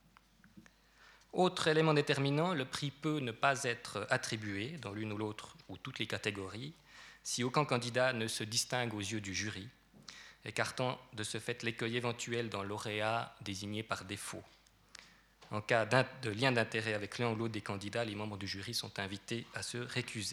Autre élément déterminant, le prix peut ne pas être attribué dans l'une ou l'autre ou toutes les catégories si aucun candidat ne se distingue aux yeux du jury, écartant de ce fait l'écueil éventuel d'un lauréat désigné par défaut. En cas de lien d'intérêt avec l'un ou l'autre des candidats, les membres du jury sont invités à se récuser.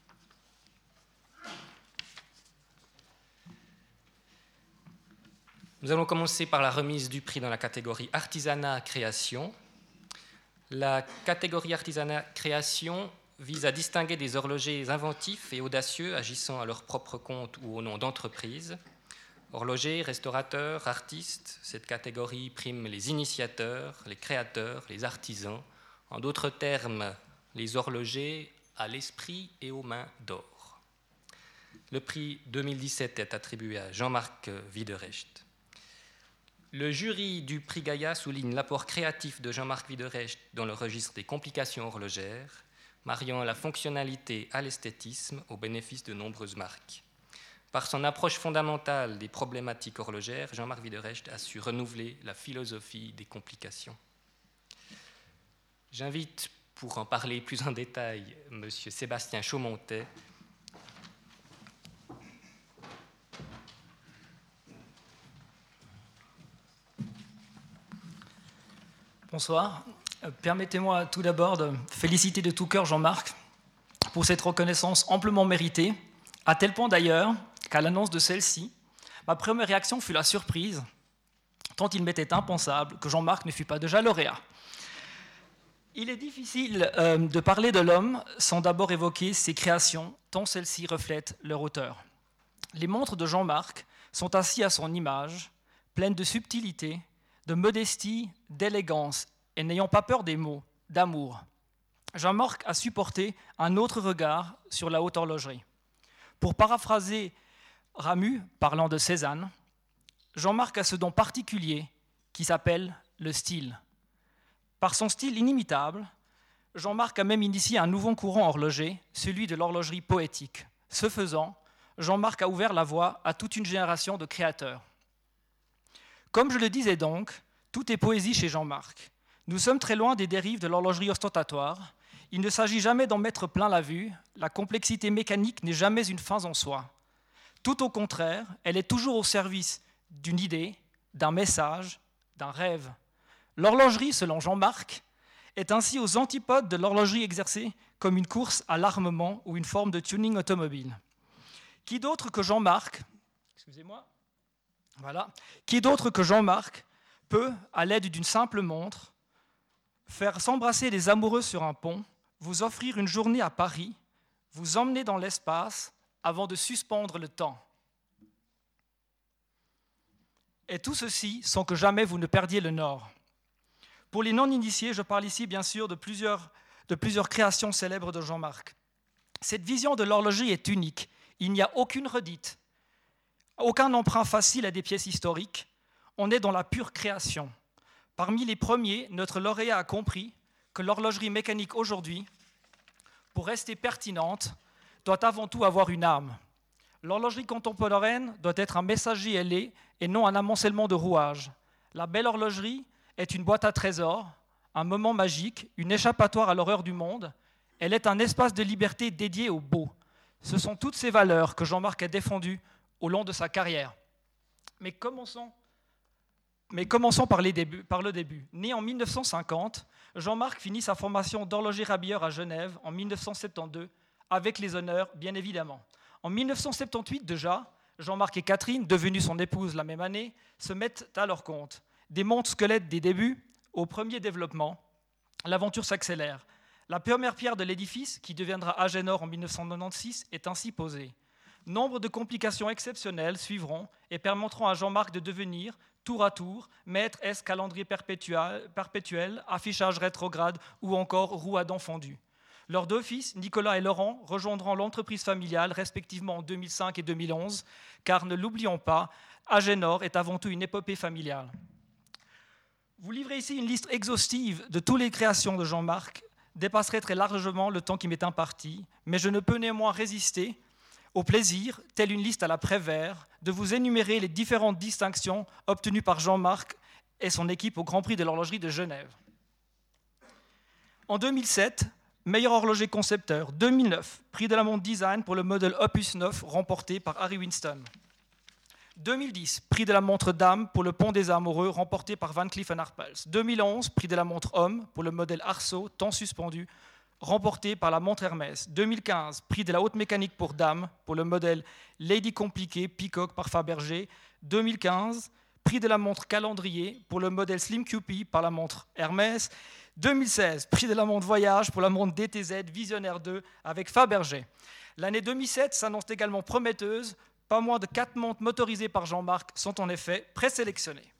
Nous allons commencer par la remise du prix dans la catégorie Artisanat Création. La catégorie Artisanat Création vise à distinguer des horlogers inventifs et audacieux agissant à leur propre compte ou au nom d'entreprises. Horlogers, restaurateurs, artistes, cette catégorie prime les initiateurs, les créateurs, les artisans, en d'autres termes, les horlogers à l'esprit et aux mains d'or. Le prix deux mille dix-sept est attribué à Jean-Marc Widerrecht. Le jury du prix Gaillard souligne l'apport créatif de Jean-Marc Widerrecht dans le registre des complications horlogères, mariant la fonctionnalité à l'esthétisme au bénéfice de nombreuses marques. Par son approche fondamentale des problématiques horlogères, Jean-Marc Widerrecht a su renouveler la philosophie des complications. J'invite, pour en parler plus en détail, M. Sébastien Chaumontet. Bonsoir. Permettez-moi tout d'abord de féliciter de tout cœur Jean-Marc pour cette reconnaissance amplement méritée, à tel point d'ailleurs qu'à l'annonce de celle-ci, ma première réaction fut la surprise, tant il m'était impensable que Jean-Marc ne fût pas déjà lauréat. Il est difficile euh, de parler de l'homme sans d'abord évoquer ses créations, tant celles-ci reflètent leur auteur. Les montres de Jean-Marc sont assises à son image, pleines de subtilité, de modestie, d'élégance, et n'ayant pas peur des mots, d'amour. Jean-Marc a supporté un autre regard sur la haute horlogerie. Pour paraphraser Ramu, parlant de Cézanne, Jean-Marc a ce don particulier qui s'appelle le style. Par son style inimitable, Jean-Marc a même initié un nouveau courant horloger, celui de l'horlogerie poétique. Ce faisant, Jean-Marc a ouvert la voie à toute une génération de créateurs. Comme je le disais donc, tout est poésie chez Jean-Marc. Nous sommes très loin des dérives de l'horlogerie ostentatoire. Il ne s'agit jamais d'en mettre plein la vue. La complexité mécanique n'est jamais une fin en soi. Tout au contraire, elle est toujours au service d'une idée, d'un message, d'un rêve. L'horlogerie, selon Jean-Marc, est ainsi aux antipodes de l'horlogerie exercée comme une course à l'armement ou une forme de tuning automobile. Qui d'autre que Jean-Marc, excusez-moi, voilà, qui d'autre que Jean-Marc peut, à l'aide d'une simple montre, faire s'embrasser les amoureux sur un pont, vous offrir une journée à Paris, vous emmener dans l'espace avant de suspendre le temps. Et tout ceci sans que jamais vous ne perdiez le nord. Pour les non-initiés, je parle ici bien sûr de plusieurs, de plusieurs créations célèbres de Jean-Marc. Cette vision de l'horlogerie est unique. Il n'y a aucune redite, aucun emprunt facile à des pièces historiques. On est dans la pure création. Parmi les premiers, notre lauréat a compris que l'horlogerie mécanique aujourd'hui, pour rester pertinente, doit avant tout avoir une âme. L'horlogerie contemporaine doit être un messager ailé et non un amoncellement de rouages. La belle horlogerie est une boîte à trésors, un moment magique, une échappatoire à l'horreur du monde. Elle est un espace de liberté dédié au beau. Ce sont toutes ces valeurs que Jean-Marc a défendues au long de sa carrière. Mais commençons, mais commençons par, les débuts, par le début. Né en mille neuf cent cinquante, Jean-Marc finit sa formation d'horloger-rabilleur à Genève en mille neuf cent soixante-douze, avec les honneurs, bien évidemment. En mille neuf cent soixante-dix-huit déjà, Jean-Marc et Catherine, devenue son épouse la même année, se mettent à leur compte. Des montres squelettes des débuts au premier développement, l'aventure s'accélère. La première pierre de l'édifice, qui deviendra Agénor en mille neuf cent quatre-vingt-seize, est ainsi posée. Nombre de complications exceptionnelles suivront et permettront à Jean-Marc de devenir, tour à tour, maître S calendrier perpétuel, perpétuel, affichage rétrograde ou encore roue à dents fondues. Leurs deux fils, Nicolas et Laurent, rejoindront l'entreprise familiale respectivement en deux mille cinq et deux mille onze, car ne l'oublions pas, Agénor est avant tout une épopée familiale. Vous livrez ici une liste exhaustive de toutes les créations de Jean-Marc, dépasserait très largement le temps qui m'est imparti, mais je ne peux néanmoins résister au plaisir, telle une liste à la Prévert, de vous énumérer les différentes distinctions obtenues par Jean-Marc et son équipe au Grand Prix de l'horlogerie de Genève. En deux mille sept, meilleur horloger concepteur. deux mille neuf, prix de la montre design pour le modèle Opus neuf remporté par Harry Winston. deux mille dix, prix de la montre dame pour le Pont des Amoureux remporté par Van Cleef and Arpels. deux mille onze, prix de la montre homme pour le modèle Arceau, temps suspendu, remporté par la montre Hermès. deux mille quinze, prix de la haute mécanique pour dame pour le modèle Lady Compliqué, Peacock par Fabergé. deux mille quinze, prix de la montre calendrier pour le modèle Slim Q P par la montre Hermès. deux mille seize, prix de la montre voyage pour la montre D T Z Visionnaire deux avec Fabergé. L'année deux mille sept s'annonce également prometteuse. Pas moins de quatre montres motorisées par Jean-Marc sont en effet présélectionnées.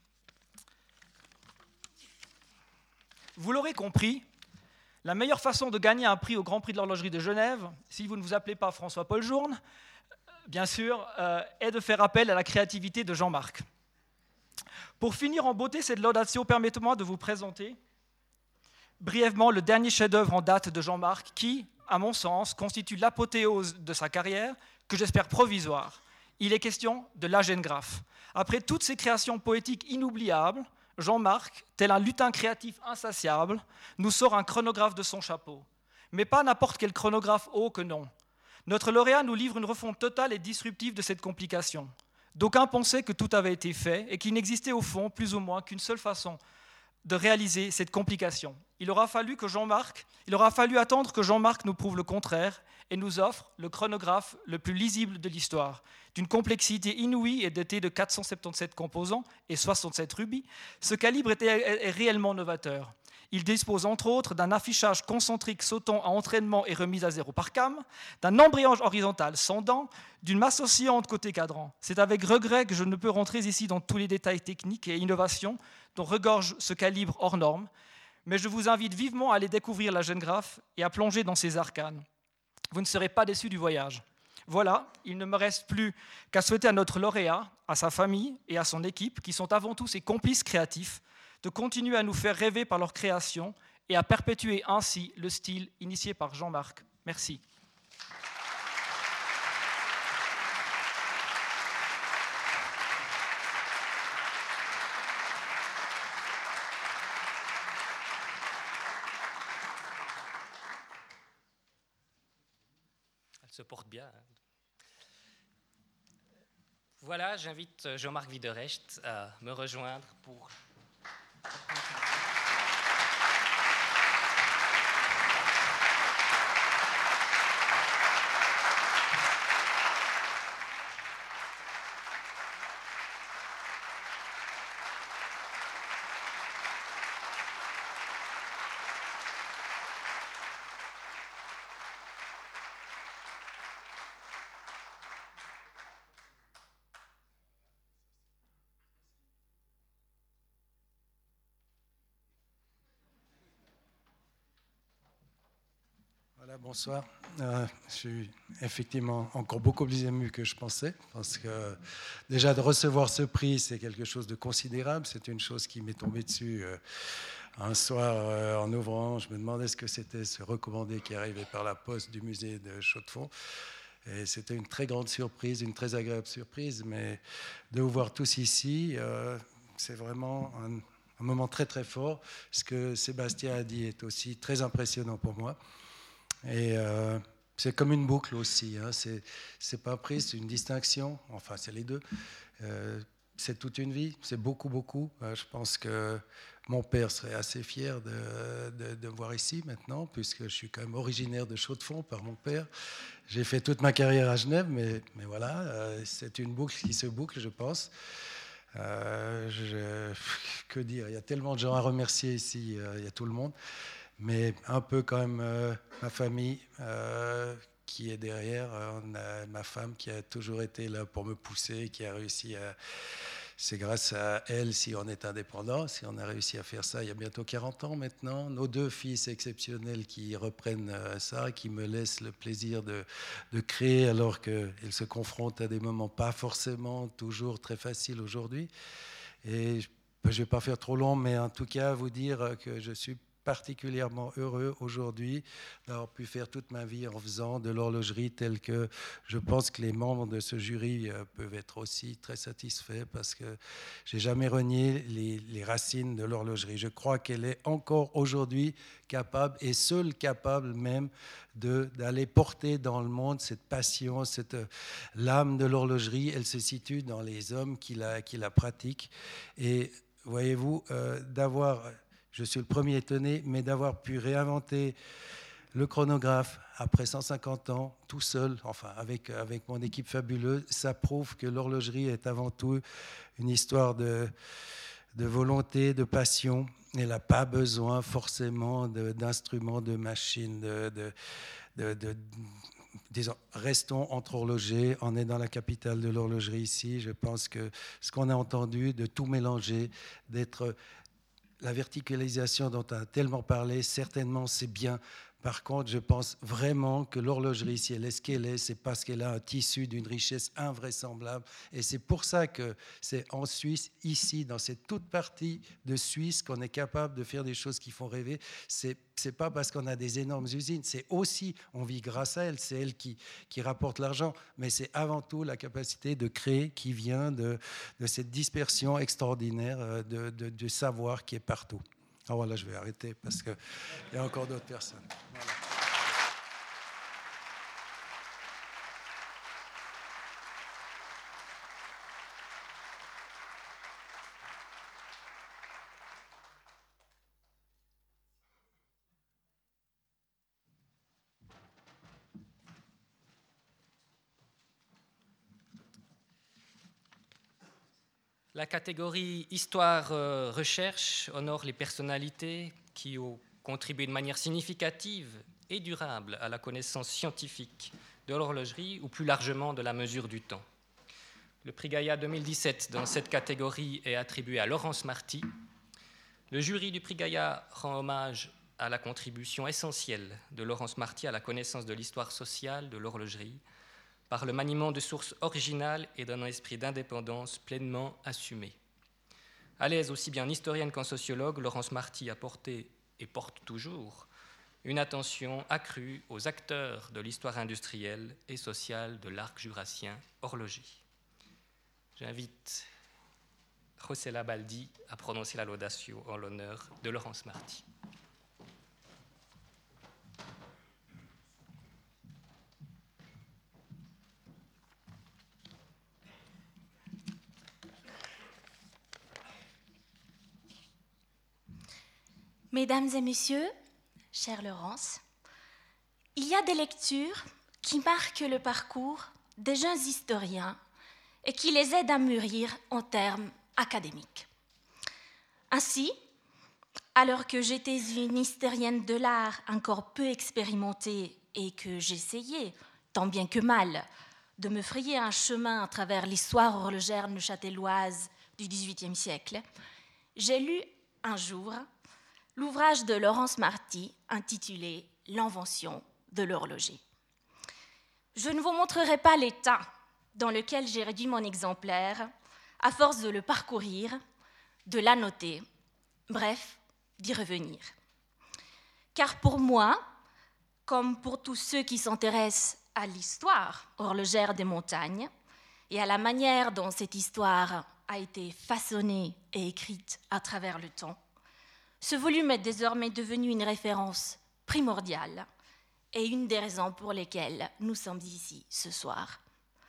Vous l'aurez compris, la meilleure façon de gagner un prix au Grand Prix de l'horlogerie de Genève, si vous ne vous appelez pas François-Paul Journe, bien sûr, euh, est de faire appel à la créativité de Jean-Marc. Pour finir en beauté cette laudatio, permettez-moi de vous présenter brièvement le dernier chef-d'œuvre en date de Jean-Marc qui, à mon sens, constitue l'apothéose de sa carrière, que j'espère provisoire. Il est question de l'Agénographe. Après toutes ces créations poétiques inoubliables, Jean-Marc, tel un lutin créatif insatiable, nous sort un chronographe de son chapeau. Mais pas n'importe quel chronographe haut que non. Notre lauréat nous livre une refonte totale et disruptive de cette complication. D'aucuns pensaient que tout avait été fait et qu'il n'existait au fond, plus ou moins, qu'une seule façon de réaliser cette complication. Il aura fallu que Jean-Marc, il aura fallu attendre que Jean-Marc nous prouve le contraire et nous offre le chronographe le plus lisible de l'histoire. D'une complexité inouïe et doté de quatre cent soixante-dix-sept composants et soixante-sept rubis, ce calibre était, est réellement novateur. Il dispose entre autres d'un affichage concentrique sautant à entraînement et remise à zéro par cam, d'un embrayage horizontal sans dents, d'une masse oscillante côté cadran. C'est avec regret que je ne peux rentrer ici dans tous les détails techniques et innovations dont regorge ce calibre hors norme, mais je vous invite vivement à aller découvrir la jeune Graf et à plonger dans ses arcanes. Vous ne serez pas déçus du voyage. Voilà, il ne me reste plus qu'à souhaiter à notre lauréat, à sa famille et à son équipe, qui sont avant tout ses complices créatifs, de continuer à nous faire rêver par leur création et à perpétuer ainsi le style initié par Jean-Marc. Merci. Elle se porte bien. Voilà, j'invite Jean-Marc Wiederrecht à me rejoindre pour... Voilà, bonsoir. Euh, je suis effectivement encore beaucoup plus ému que je pensais, parce que déjà de recevoir ce prix, c'est quelque chose de considérable. C'est une chose qui m'est tombée dessus euh, un soir euh, en ouvrant. Je me demandais ce que c'était ce recommandé qui arrivait par la poste du musée de Chaux-de-Fonds. Et c'était une très grande surprise, une très agréable surprise. Mais de vous voir tous ici, euh, c'est vraiment un, un moment très très fort. Ce que Sébastien a dit est aussi très impressionnant pour moi. Et euh, c'est comme une boucle aussi, hein. c'est, c'est pas pris, c'est une distinction, enfin c'est les deux. Euh, c'est toute une vie, c'est beaucoup, beaucoup. Euh, je pense que mon père serait assez fier de, de, de me voir ici maintenant, puisque je suis quand même originaire de Chaux-de-Fonds par mon père. J'ai fait toute ma carrière à Genève, mais, mais voilà, euh, c'est une boucle qui se boucle, je pense. Euh, je, que dire, il y a tellement de gens à remercier ici, euh, il y a tout le monde. Mais un peu quand même euh, ma famille euh, qui est derrière. On a ma femme qui a toujours été là pour me pousser, qui a réussi à... C'est grâce à elle si on est indépendant, si on a réussi à faire ça il y a bientôt quarante ans maintenant. Nos deux fils exceptionnels qui reprennent ça, qui me laissent le plaisir de, de créer alors qu'ils se confrontent à des moments pas forcément toujours très faciles aujourd'hui. Et je ne vais pas faire trop long, mais en tout cas vous dire que je suis particulièrement heureux aujourd'hui d'avoir pu faire toute ma vie en faisant de l'horlogerie telle que je pense que les membres de ce jury peuvent être aussi très satisfaits parce que j'ai jamais renié les, les racines de l'horlogerie. Je crois qu'elle est encore aujourd'hui capable et seule capable même de, d'aller porter dans le monde cette passion, cette l'âme de l'horlogerie. Elle se situe dans les hommes qui la, qui la pratiquent. Et voyez-vous, euh, d'avoir... Je suis le premier étonné, mais d'avoir pu réinventer le chronographe après cent cinquante ans, tout seul, enfin avec, avec mon équipe fabuleuse, ça prouve que l'horlogerie est avant tout une histoire de, de volonté, de passion. Elle n'a pas besoin forcément de, d'instruments, de machines, de... de, de, de disons, restons entre horlogers, on est dans la capitale de l'horlogerie ici. Je pense que ce qu'on a entendu, de tout mélanger, d'être... La verticalisation dont on a tellement parlé, certainement c'est bien. Par contre, je pense vraiment que l'horlogerie, si elle est ce qu'elle est, c'est parce qu'elle a un tissu d'une richesse invraisemblable. Et c'est pour ça que c'est en Suisse, ici, dans cette toute partie de Suisse, qu'on est capable de faire des choses qui font rêver. C'est c'est pas parce qu'on a des énormes usines, c'est aussi, on vit grâce à elle, c'est elle qui, qui rapporte l'argent, mais c'est avant tout la capacité de créer qui vient de, de cette dispersion extraordinaire de, de, de savoir qui est partout. Alors voilà, je vais arrêter parce qu'il y a encore d'autres personnes. Voilà. La catégorie Histoire-Recherche honore les personnalités qui ont contribué de manière significative et durable à la connaissance scientifique de l'horlogerie ou plus largement de la mesure du temps. Le prix Gaïa deux mille dix-sept dans cette catégorie est attribué à Laurence Marty. Le jury du prix Gaïa rend hommage à la contribution essentielle de Laurence Marty à la connaissance de l'histoire sociale de l'horlogerie par le maniement de sources originales et d'un esprit d'indépendance pleinement assumé. À l'aise aussi bien historienne qu'en sociologue, Laurence Marty a porté et porte toujours une attention accrue aux acteurs de l'histoire industrielle et sociale de l'arc jurassien horloger. J'invite Rossella Baldi à prononcer la laudatio en l'honneur de Laurence Marty. Mesdames et messieurs, chère Laurence, il y a des lectures qui marquent le parcours des jeunes historiens et qui les aident à mûrir en termes académiques. Ainsi, alors que j'étais une historienne de l'art encore peu expérimentée et que j'essayais, tant bien que mal, de me frayer un chemin à travers l'histoire horlogère neuchâteloise du dix-huitième siècle, j'ai lu un jour l'ouvrage de Laurence Marty intitulé « L'invention de l'horloger ». Je ne vous montrerai pas l'état dans lequel j'ai réduit mon exemplaire à force de le parcourir, de l'annoter, bref, d'y revenir. Car pour moi, comme pour tous ceux qui s'intéressent à l'histoire horlogère des montagnes et à la manière dont cette histoire a été façonnée et écrite à travers le temps, ce volume est désormais devenu une référence primordiale et une des raisons pour lesquelles nous sommes ici ce soir.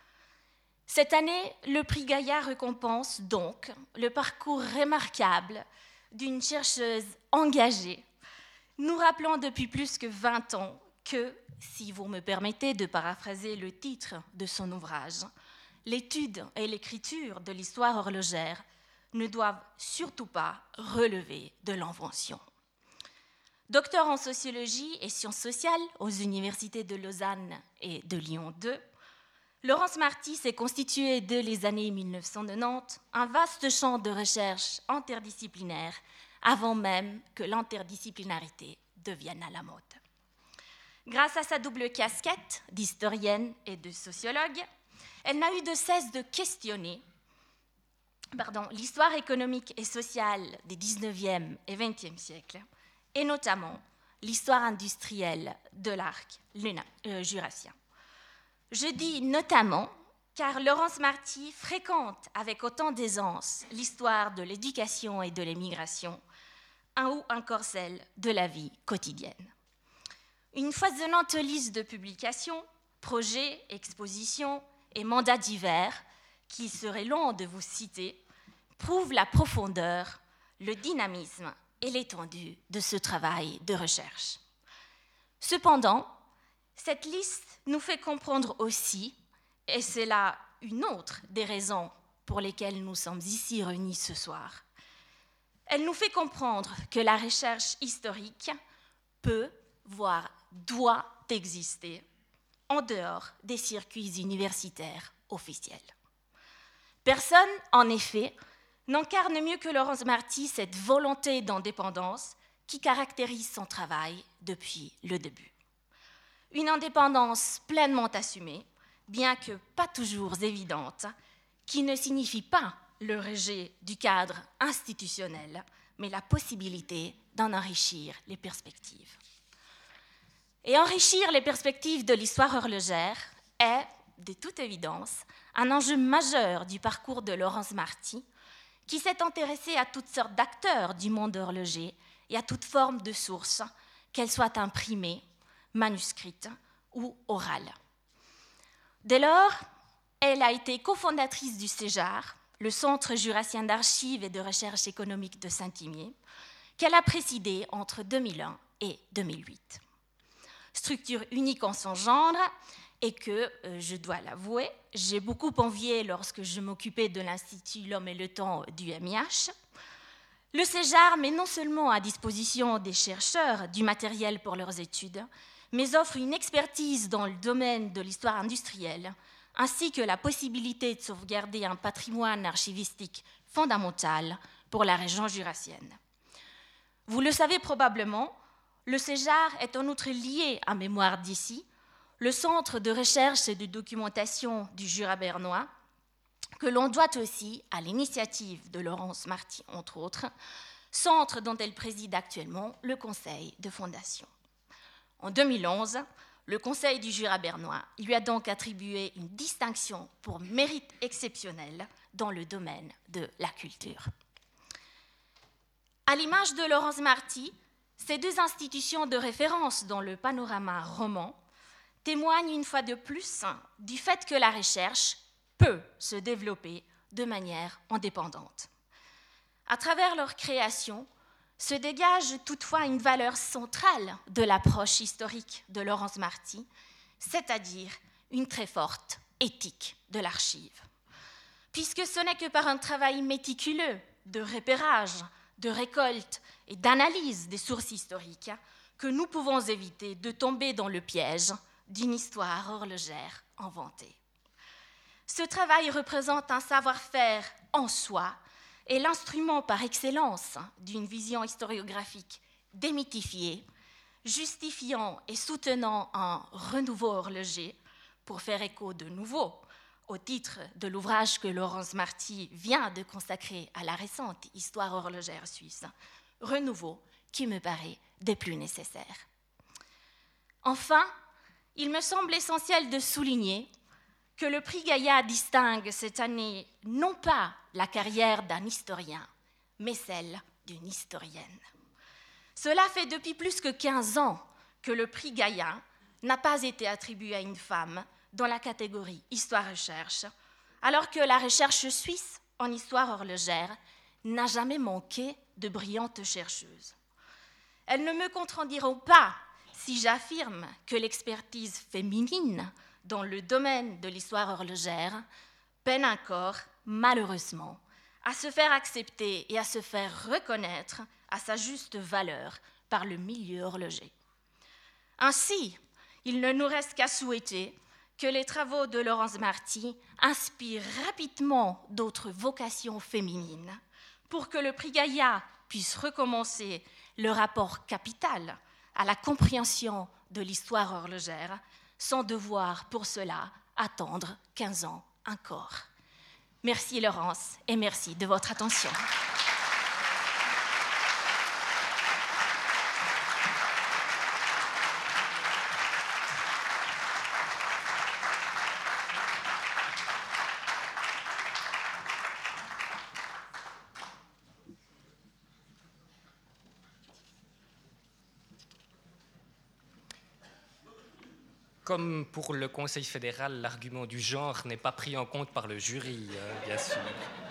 Cette année, le prix Gaïa récompense donc le parcours remarquable d'une chercheuse engagée, nous rappelant depuis plus que vingt ans que, si vous me permettez de paraphraser le titre de son ouvrage, l'étude et l'écriture de l'histoire horlogère ne doivent surtout pas relever de l'invention. Docteur en sociologie et sciences sociales aux universités de Lausanne et de Lyon deux, Laurence Marty s'est constituée dès les années mille neuf cent quatre-vingt-dix un vaste champ de recherche interdisciplinaire avant même que l'interdisciplinarité devienne à la mode. Grâce à sa double casquette d'historienne et de sociologue, elle n'a eu de cesse de questionner Pardon, l'histoire économique et sociale des dix-neuvième et vingtième siècles, et notamment l'histoire industrielle de l'arc euh, jurassien. Je dis notamment car Laurence Marty fréquente avec autant d'aisance l'histoire de l'éducation et de l'émigration, ou encore celle de la vie quotidienne. Une foisonnante liste de publications, projets, expositions et mandats divers qu'il serait long de vous citer, prouve la profondeur, le dynamisme et l'étendue de ce travail de recherche. Cependant, cette liste nous fait comprendre aussi, et c'est là une autre des raisons pour lesquelles nous sommes ici réunis ce soir, elle nous fait comprendre que la recherche historique peut, voire doit exister en dehors des circuits universitaires officiels. Personne, en effet, n'incarne mieux que Laurence Marty cette volonté d'indépendance qui caractérise son travail depuis le début. Une indépendance pleinement assumée, bien que pas toujours évidente, qui ne signifie pas le rejet du cadre institutionnel, mais la possibilité d'en enrichir les perspectives. Et enrichir les perspectives de l'histoire horlogère est, de toute évidence, un enjeu majeur du parcours de Laurence Marty, qui s'est intéressée à toutes sortes d'acteurs du monde horloger et à toute forme de source, qu'elles soient imprimées, manuscrites ou orales. Dès lors, elle a été cofondatrice du CEJAR, le Centre jurassien d'archives et de recherche économique de Saint-Imier, qu'elle a présidé entre deux mille un et deux mille huit. Structure unique en son genre et que, euh, je dois l'avouer, j'ai beaucoup envié lorsque je m'occupais de l'Institut L'Homme et le Temps du M I H. Le CEJAR met non seulement à disposition des chercheurs du matériel pour leurs études, mais offre une expertise dans le domaine de l'histoire industrielle, ainsi que la possibilité de sauvegarder un patrimoine archivistique fondamental pour la région jurassienne. Vous le savez probablement, le CEJAR est en outre lié à Mémoire d'ici, le centre de recherche et de documentation du Jura bernois, que l'on doit aussi à l'initiative de Laurence Marty, entre autres, centre dont elle préside actuellement le conseil de fondation. En deux mille onze, le Conseil du Jura bernois lui a donc attribué une distinction pour mérite exceptionnel dans le domaine de la culture. À l'image de Laurence Marty, ces deux institutions de référence dans le panorama roman témoignent une fois de plus du fait que la recherche peut se développer de manière indépendante. À travers leur création, se dégage toutefois une valeur centrale de l'approche historique de Laurence Marty, c'est-à-dire une très forte éthique de l'archive. Puisque ce n'est que par un travail méticuleux de repérage, de récolte et d'analyse des sources historiques que nous pouvons éviter de tomber dans le piège d'une histoire horlogère inventée. Ce travail représente un savoir-faire en soi et l'instrument par excellence d'une vision historiographique démythifiée, justifiant et soutenant un renouveau horloger, pour faire écho de nouveau au titre de l'ouvrage que Laurence Marty vient de consacrer à la récente histoire horlogère suisse, renouveau qui me paraît des plus nécessaires. Enfin, il me semble essentiel de souligner que le prix Gaïa distingue cette année non pas la carrière d'un historien, mais celle d'une historienne. Cela fait depuis plus que quinze ans que le prix Gaïa n'a pas été attribué à une femme dans la catégorie Histoire-Recherche, alors que la recherche suisse en histoire horlogère n'a jamais manqué de brillantes chercheuses. Elles ne me contrediront pas si j'affirme que l'expertise féminine dans le domaine de l'histoire horlogère peine encore, malheureusement, à se faire accepter et à se faire reconnaître à sa juste valeur par le milieu horloger. Ainsi, il ne nous reste qu'à souhaiter que les travaux de Laurence Marty inspirent rapidement d'autres vocations féminines pour que le prix Gaïa puisse recommencer le rapport capital à la compréhension de l'histoire horlogère sans devoir pour cela attendre quinze ans encore. Merci Laurence et merci de votre attention. Comme pour le Conseil fédéral, l'argument du genre n'est pas pris en compte par le jury, hein, bien sûr.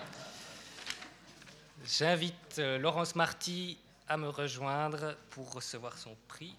J'invite euh, Laurence Marty à me rejoindre pour recevoir son prix.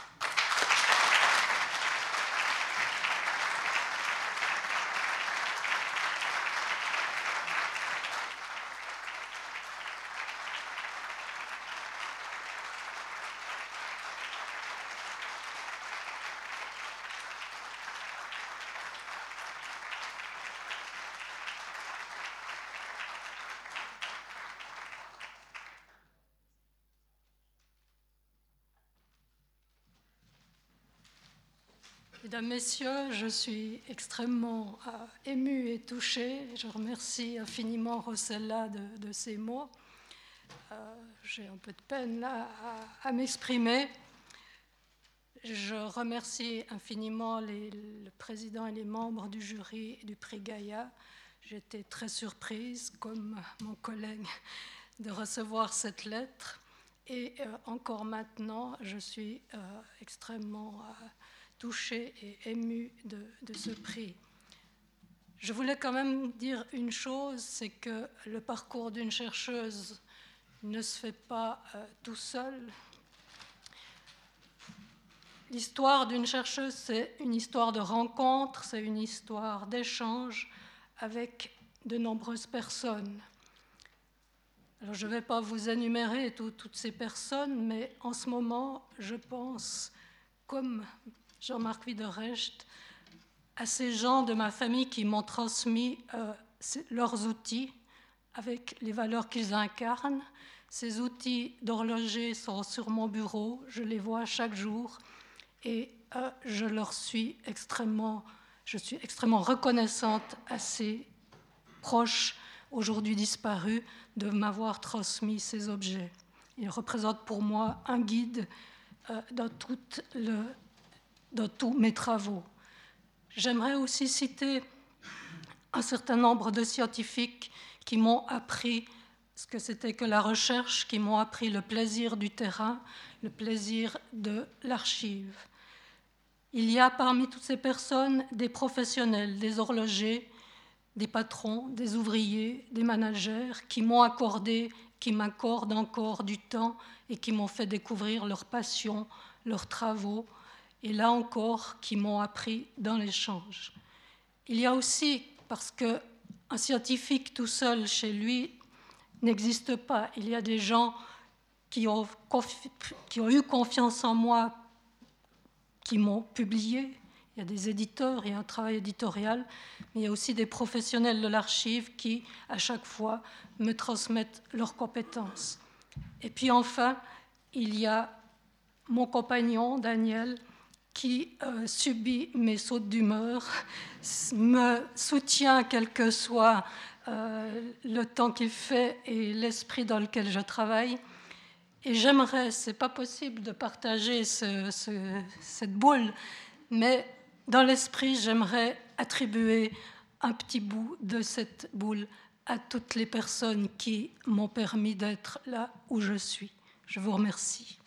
Mesdames, Messieurs, je suis extrêmement euh, émue et touchée. Je remercie infiniment Rossella de, de ces mots. Euh, j'ai un peu de peine là à, à m'exprimer. Je remercie infiniment les, le président et les membres du jury du prix Gaïa. J'étais très surprise, comme mon collègue, de recevoir cette lettre. Et euh, encore maintenant, je suis euh, extrêmement euh, touchée et émue de, de ce prix. Je voulais quand même dire une chose, c'est que le parcours d'une chercheuse ne se fait pas euh, tout seul. L'histoire d'une chercheuse, c'est une histoire de rencontre, c'est une histoire d'échange avec de nombreuses personnes. Alors, je ne vais pas vous énumérer tout, toutes ces personnes, mais en ce moment, je pense, comme Jean-Marc Wiederrecht, à ces gens de ma famille qui m'ont transmis euh, leurs outils avec les valeurs qu'ils incarnent. Ces outils d'horloger sont sur mon bureau, je les vois chaque jour et euh, je leur suis extrêmement, je suis extrêmement reconnaissante à ces proches aujourd'hui disparus de m'avoir transmis ces objets. Ils représentent pour moi un guide euh, dans, tout le, dans tous mes travaux. J'aimerais aussi citer un certain nombre de scientifiques qui m'ont appris ce que c'était que la recherche, qui m'ont appris le plaisir du terrain, le plaisir de l'archive. Il y a parmi toutes ces personnes des professionnels, des horlogers, des patrons, des ouvriers, des managers qui m'ont accordé, qui m'accordent encore du temps et qui m'ont fait découvrir leurs passions, leurs travaux, et là encore, qui m'ont appris dans l'échange. Il y a aussi, parce qu'un scientifique tout seul chez lui n'existe pas, il y a des gens qui ont, confi- qui ont eu confiance en moi, qui m'ont publié. Il y a des éditeurs, il y a un travail éditorial, mais il y a aussi des professionnels de l'archive qui, à chaque fois, me transmettent leurs compétences. Et puis enfin, il y a mon compagnon, Daniel, qui euh, subit mes sautes d'humeur, me soutient quel que soit euh, le temps qu'il fait et l'esprit dans lequel je travaille. Et j'aimerais, c'est pas possible de partager ce, ce, cette boule, mais dans l'esprit, j'aimerais attribuer un petit bout de cette boule à toutes les personnes qui m'ont permis d'être là où je suis. Je vous remercie.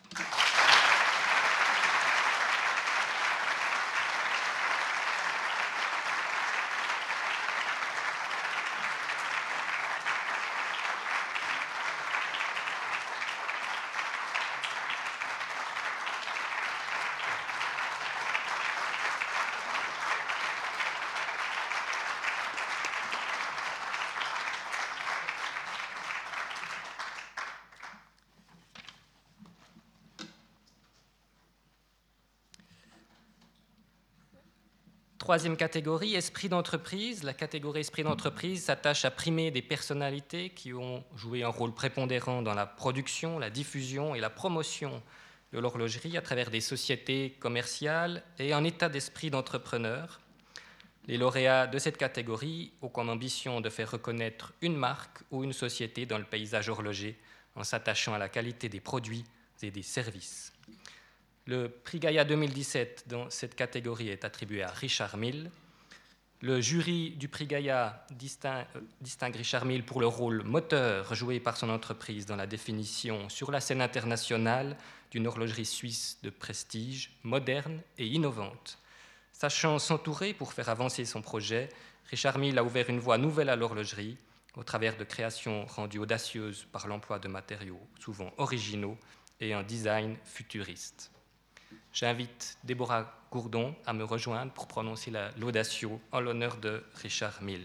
Troisième catégorie, esprit d'entreprise. La catégorie esprit d'entreprise s'attache à primer des personnalités qui ont joué un rôle prépondérant dans la production, la diffusion et la promotion de l'horlogerie à travers des sociétés commerciales et un état d'esprit d'entrepreneur. Les lauréats de cette catégorie ont comme ambition de faire reconnaître une marque ou une société dans le paysage horloger en s'attachant à la qualité des produits et des services. Le prix Gaïa deux mille dix-sept dans cette catégorie est attribué à Richard Mille. Le jury du prix Gaïa distingue, distingue Richard Mille pour le rôle moteur joué par son entreprise dans la définition sur la scène internationale d'une horlogerie suisse de prestige, moderne et innovante. Sachant s'entourer pour faire avancer son projet, Richard Mille a ouvert une voie nouvelle à l'horlogerie au travers de créations rendues audacieuses par l'emploi de matériaux souvent originaux et un design futuriste. J'invite Déborah Gourdon à me rejoindre pour prononcer la laudatio en l'honneur de Richard Mille.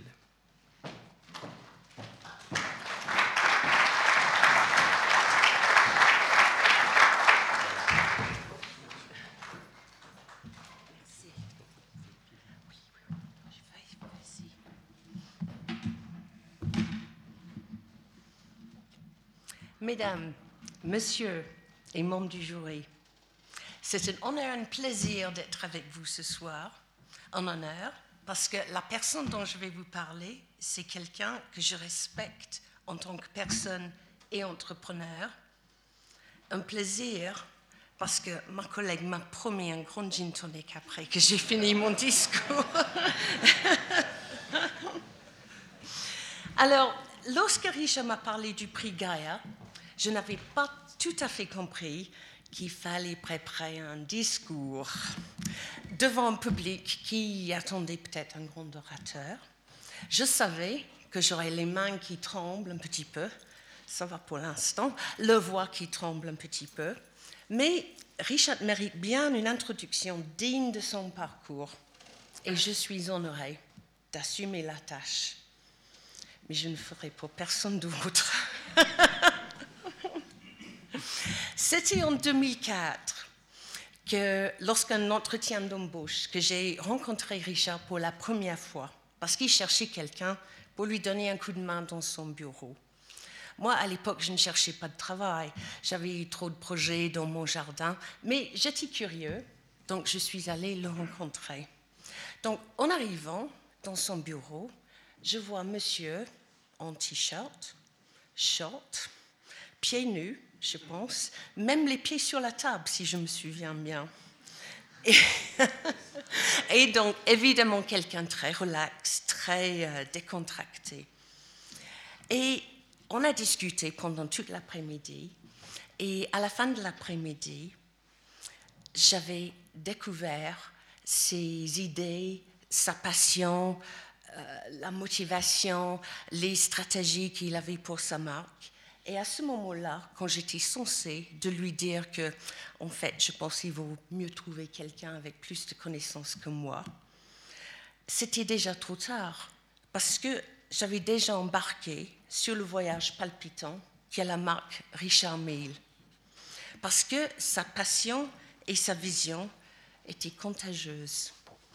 Mesdames, Messieurs et membres du jury, c'est un honneur et un plaisir d'être avec vous ce soir. Un honneur, parce que la personne dont je vais vous parler, c'est quelqu'un que je respecte en tant que personne et entrepreneur. Un plaisir, parce que ma collègue m'a promis un grand gin tonic après que j'ai fini mon discours. Alors, lorsque Richard m'a parlé du prix Gaïa, je n'avais pas tout à fait compris qu'il fallait préparer un discours devant un public qui attendait peut-être un grand orateur. Je savais que j'aurais les mains qui tremblent un petit peu, ça va pour l'instant, le voix qui tremble un petit peu, mais Richard mérite bien une introduction digne de son parcours et je suis honorée d'assumer la tâche. Mais je ne ferai pour personne d'autre. C'était en deux mille quatre que, lorsqu'un entretien d'embauche, que j'ai rencontré Richard pour la première fois, parce qu'il cherchait quelqu'un pour lui donner un coup de main dans son bureau. Moi, à l'époque, je ne cherchais pas de travail. J'avais eu trop de projets dans mon jardin, mais j'étais curieux, donc je suis allée le rencontrer. Donc, en arrivant dans son bureau, je vois monsieur en t-shirt, short, pieds nus, je pense, même les pieds sur la table, si je me souviens bien. Et, et donc, évidemment, quelqu'un de très relax, très euh, décontracté. Et on a discuté pendant toute l'après-midi, et à la fin de l'après-midi, j'avais découvert ses idées, sa passion, euh, la motivation, les stratégies qu'il avait pour sa marque. Et à ce moment-là, quand j'étais censée de lui dire que, en fait, je pense qu'il vaut mieux trouver quelqu'un avec plus de connaissances que moi, c'était déjà trop tard, parce que j'avais déjà embarqué sur le voyage palpitant qui est la marque Richard Mille, parce que sa passion et sa vision étaient contagieuses.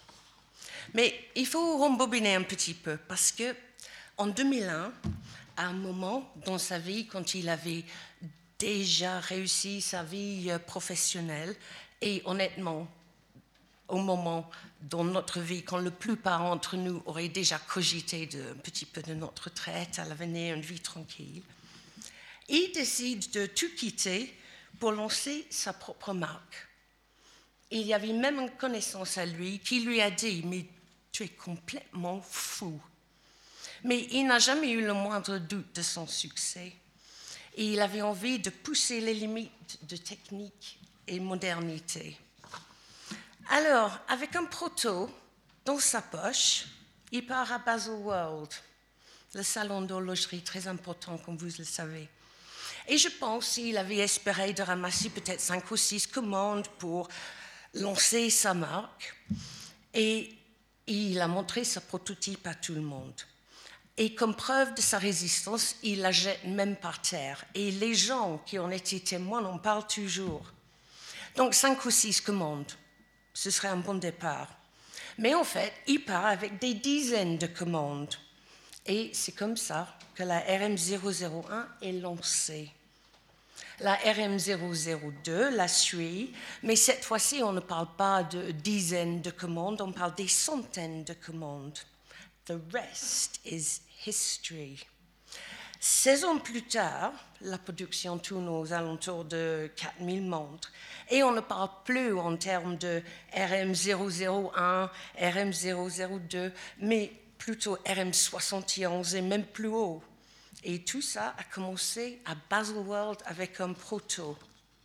Mais il faut rembobiner un petit peu, parce que en deux mille un, à un moment dans sa vie, quand il avait déjà réussi sa vie professionnelle, et honnêtement, au moment dans notre vie, quand la plupart d'entre nous auraient déjà cogité de, un petit peu de notre retraite, à l'avenir, une vie tranquille, il décide de tout quitter pour lancer sa propre marque. Il y avait même une connaissance à lui qui lui a dit « Mais tu es complètement fou ». Mais il n'a jamais eu le moindre doute de son succès. Et il avait envie de pousser les limites de technique et modernité. Alors, avec un proto dans sa poche, il part à Baselworld, le salon d'horlogerie très important, comme vous le savez. Et je pense qu'il avait espéré de ramasser peut-être cinq ou six commandes pour lancer sa marque. Et il a montré sa prototype à tout le monde. Et comme preuve de sa résistance, il la jette même par terre. Et les gens qui en étaient témoins en parlent toujours. Donc, cinq ou six commandes, ce serait un bon départ. Mais en fait, il part avec des dizaines de commandes. Et c'est comme ça que la R M zéro zéro un est lancée. La R M zéro zéro deux la suit, mais cette fois-ci, on ne parle pas de dizaines de commandes, on parle des centaines de commandes. The rest is history. seize ans plus tard, la production tourne aux alentours de quatre mille montres. Et on ne parle plus en termes de R M zéro zéro un, R M zéro zéro deux, mais plutôt R M soixante et onze et même plus haut. Et tout ça a commencé à Baselworld avec un proto.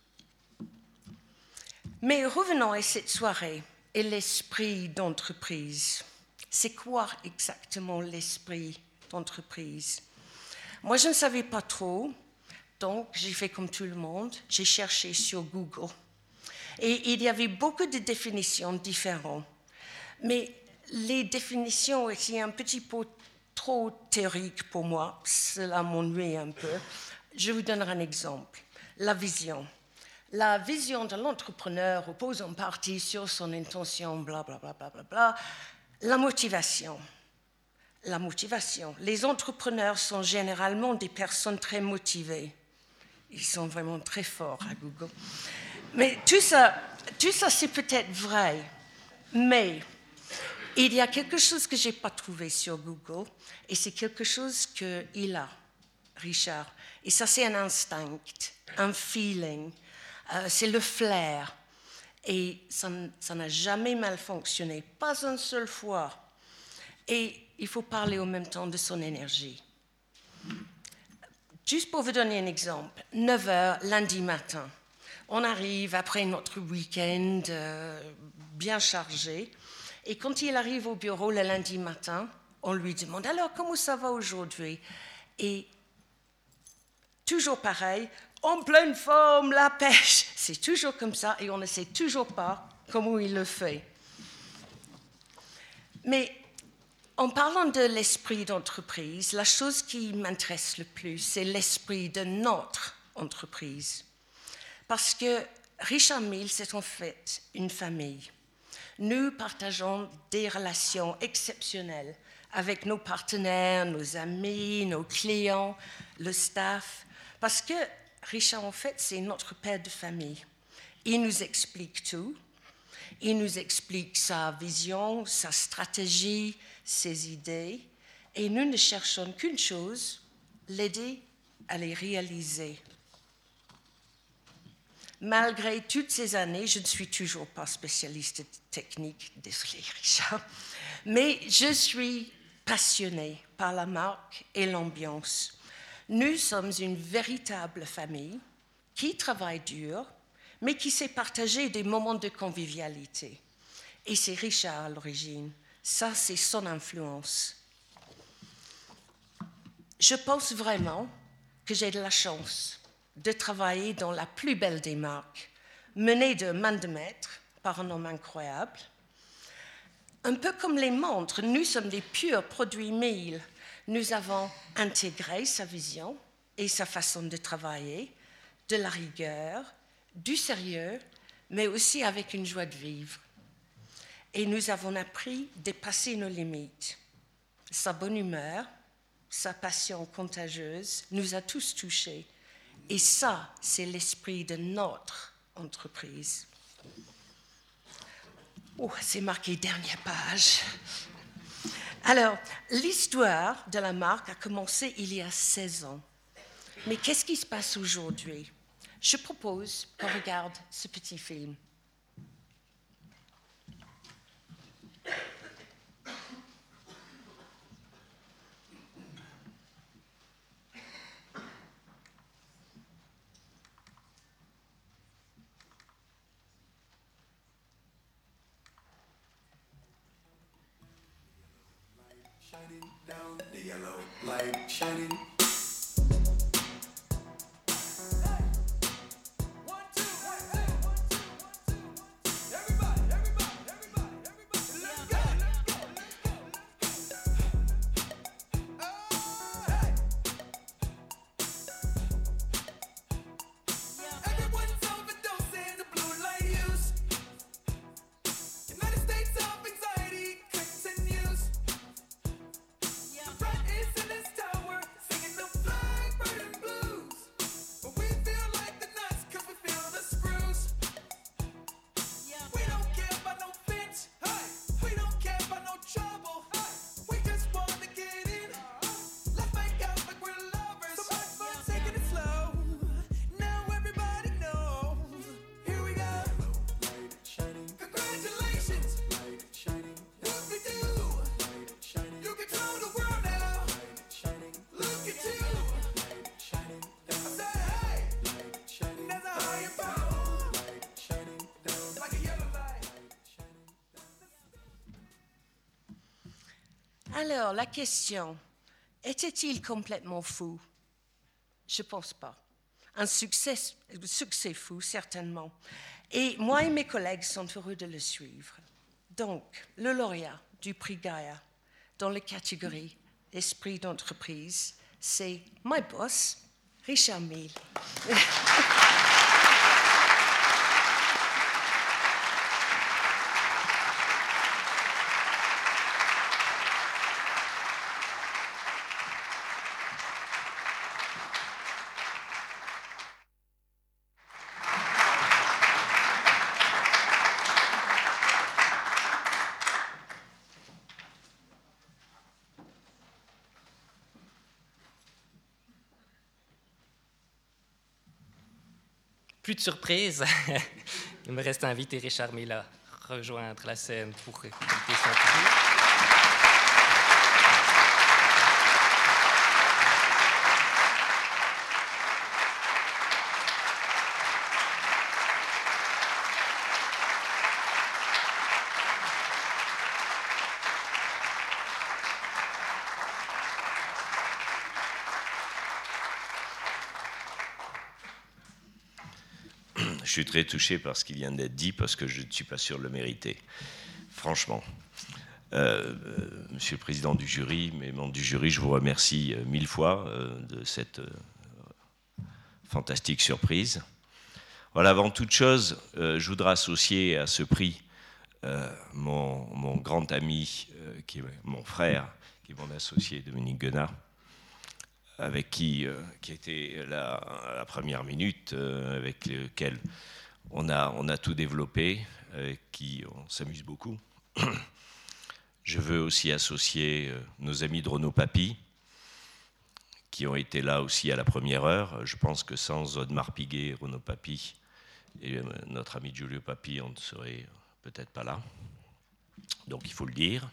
Mais revenons à cette soirée et l'esprit d'entreprise. C'est quoi exactement l'esprit d'entreprise? Moi, je ne savais pas trop, donc j'ai fait comme tout le monde, j'ai cherché sur Google. Et il y avait beaucoup de définitions différentes. Mais les définitions étaient un petit peu trop théoriques pour moi, cela m'ennuie un peu. Je vous donnerai un exemple. La vision. La vision de l'entrepreneur repose en partie sur son intention, blablabla. Bla, bla, bla, bla. La motivation. La motivation. Les entrepreneurs sont généralement des personnes très motivées. Ils sont vraiment très forts à Google. Mais tout ça, tout ça c'est peut-être vrai. Mais il y a quelque chose que je n'ai pas trouvé sur Google, et c'est quelque chose qu'il a, Richard. Et ça, c'est un instinct, un feeling, euh, c'est le flair. Et ça, ça n'a jamais mal fonctionné, pas une seule fois. Et il faut parler en même temps de son énergie. Juste pour vous donner un exemple, neuf heures lundi matin, on arrive après notre week-end euh, bien chargé, et quand il arrive au bureau le lundi matin, on lui demande « Alors, comment ça va aujourd'hui ?» Et toujours pareil, en pleine forme, la pêche. C'est toujours comme ça et on ne sait toujours pas comment il le fait. Mais En parlant de l'esprit d'entreprise, la chose qui m'intéresse le plus, c'est l'esprit de notre entreprise. Parce que Richard Mille, c'est en fait une famille. Nous partageons des relations exceptionnelles avec nos partenaires, nos amis, nos clients, le staff. Parce que Richard, en fait, c'est notre père de famille. Il nous explique tout. Il nous explique sa vision, sa stratégie, ses idées. Et nous ne cherchons qu'une chose, l'aider à les réaliser. Malgré toutes ces années, je ne suis toujours pas spécialiste technique, désolé Richard, mais je suis passionnée par la marque et l'ambiance. Nous sommes une véritable famille qui travaille dur, mais qui sait partager des moments de convivialité. Et c'est Richard à l'origine. Ça, c'est son influence. Je pense vraiment que j'ai de la chance de travailler dans la plus belle des marques, menée de main de maître par un homme incroyable. Un peu comme les montres, nous sommes des purs produits Mille. Nous avons intégré sa vision et sa façon de travailler, de la rigueur, du sérieux, mais aussi avec une joie de vivre. Et nous avons appris à dépasser nos limites. Sa bonne humeur, sa passion contagieuse nous a tous touchés. Et ça, c'est l'esprit de notre entreprise. Oh, c'est marqué dernière page. Alors, l'histoire de la marque a commencé il y a seize ans. Mais qu'est-ce qui se passe aujourd'hui? Je propose qu'on regarde ce petit film. Shining down the yellow light, shining. Alors, la question, était-il complètement fou? Je ne pense pas. Un succès, succès fou, certainement. Et moi et mes collègues sont heureux de le suivre. Donc, le lauréat du prix Gaïa dans la catégorie Esprit d'entreprise, c'est my boss, Richard Mille. Plus de surprise, il me reste à inviter Richard Mille à rejoindre la scène pour écouter son prix. Je suis très touché par ce qui vient d'être dit parce que je ne suis pas sûr de le mériter, franchement. Euh, euh, Monsieur le Président du jury, mes membres du jury, je vous remercie euh, mille fois euh, de cette euh, fantastique surprise. Voilà, avant toute chose, euh, je voudrais associer à ce prix euh, mon, mon grand ami, euh, qui est mon frère, qui est mon associé Dominique Guenard, avec qui, euh, qui était là à la première minute, euh, avec lequel on a, on a tout développé, avec qui on s'amuse beaucoup. Je veux aussi associer euh, nos amis de Renaud Papy, qui ont été là aussi à la première heure. Je pense que sans Audemars Piguet, Renaud Papy et euh, notre ami Giulio Papy, on ne serait peut-être pas là. Donc il faut le dire.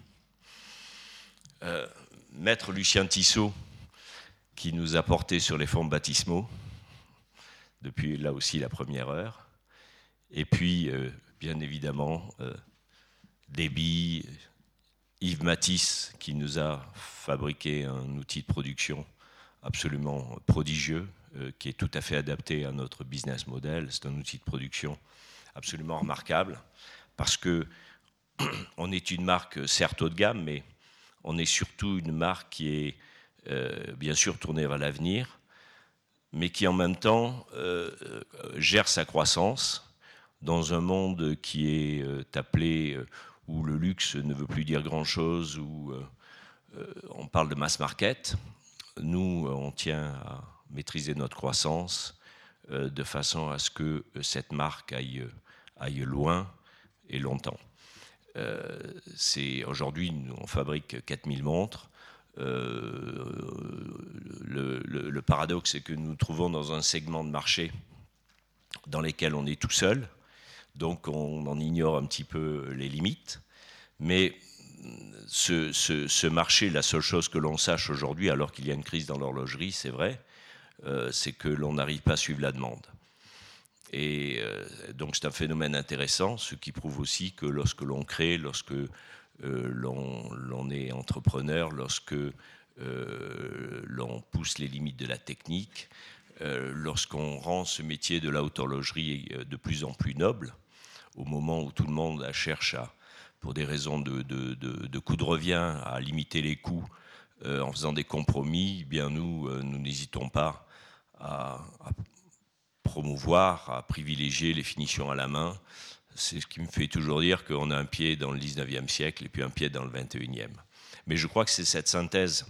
Euh, Maître Lucien Tissot, qui nous a portés sur les formes baptismaux, depuis là aussi la première heure. Et puis, euh, bien évidemment, euh, Déby, Yves Matisse, qui nous a fabriqué un outil de production absolument prodigieux, euh, qui est tout à fait adapté à notre business model. C'est un outil de production absolument remarquable, parce que on est une marque certes haut de gamme, mais on est surtout une marque qui est euh, bien sûr tournée vers l'avenir, mais qui en même temps euh, gère sa croissance dans un monde qui est euh, appelé... Euh, où le luxe ne veut plus dire grand-chose, où euh, on parle de mass market. Nous, on tient à maîtriser notre croissance euh, de façon à ce que cette marque aille, aille loin et longtemps. Euh, c'est, aujourd'hui, on fabrique quatre mille montres. Euh, le, le, le paradoxe, c'est que nous nous trouvons dans un segment de marché dans lequel on est tout seul. Donc on en ignore un petit peu les limites, mais ce, ce, ce marché, la seule chose que l'on sache aujourd'hui, alors qu'il y a une crise dans l'horlogerie, c'est vrai, euh, c'est que l'on n'arrive pas à suivre la demande. Et euh, donc c'est un phénomène intéressant, ce qui prouve aussi que lorsque l'on crée, lorsque euh, l'on, l'on est entrepreneur, lorsque euh, l'on pousse les limites de la technique, euh, lorsqu'on rend ce métier de la haute horlogerie de plus en plus noble, au moment où tout le monde cherche, à, pour des raisons de, de, de, de coût de revient, à limiter les coûts euh, en faisant des compromis, eh bien nous, euh, nous n'hésitons pas à, à promouvoir, à privilégier les finitions à la main. C'est ce qui me fait toujours dire qu'on a un pied dans le dix-neuvième siècle et puis un pied dans le vingt et unième. Mais je crois que c'est cette synthèse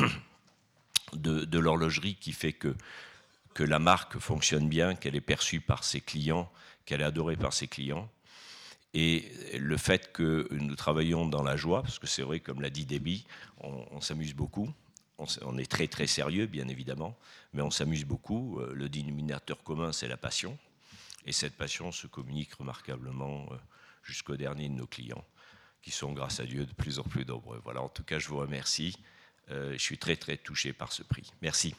de, de l'horlogerie qui fait que, que la marque fonctionne bien, qu'elle est perçue par ses clients, qu'elle est adorée par ses clients, et le fait que nous travaillons dans la joie, parce que c'est vrai, comme l'a dit Déby, on, on s'amuse beaucoup, on, on est très très sérieux bien évidemment, mais on s'amuse beaucoup, le dénominateur commun c'est la passion, et cette passion se communique remarquablement jusqu'au dernier de nos clients, qui sont grâce à Dieu de plus en plus nombreux. Voilà, en tout cas je vous remercie, euh, je suis très très touché par ce prix. Merci.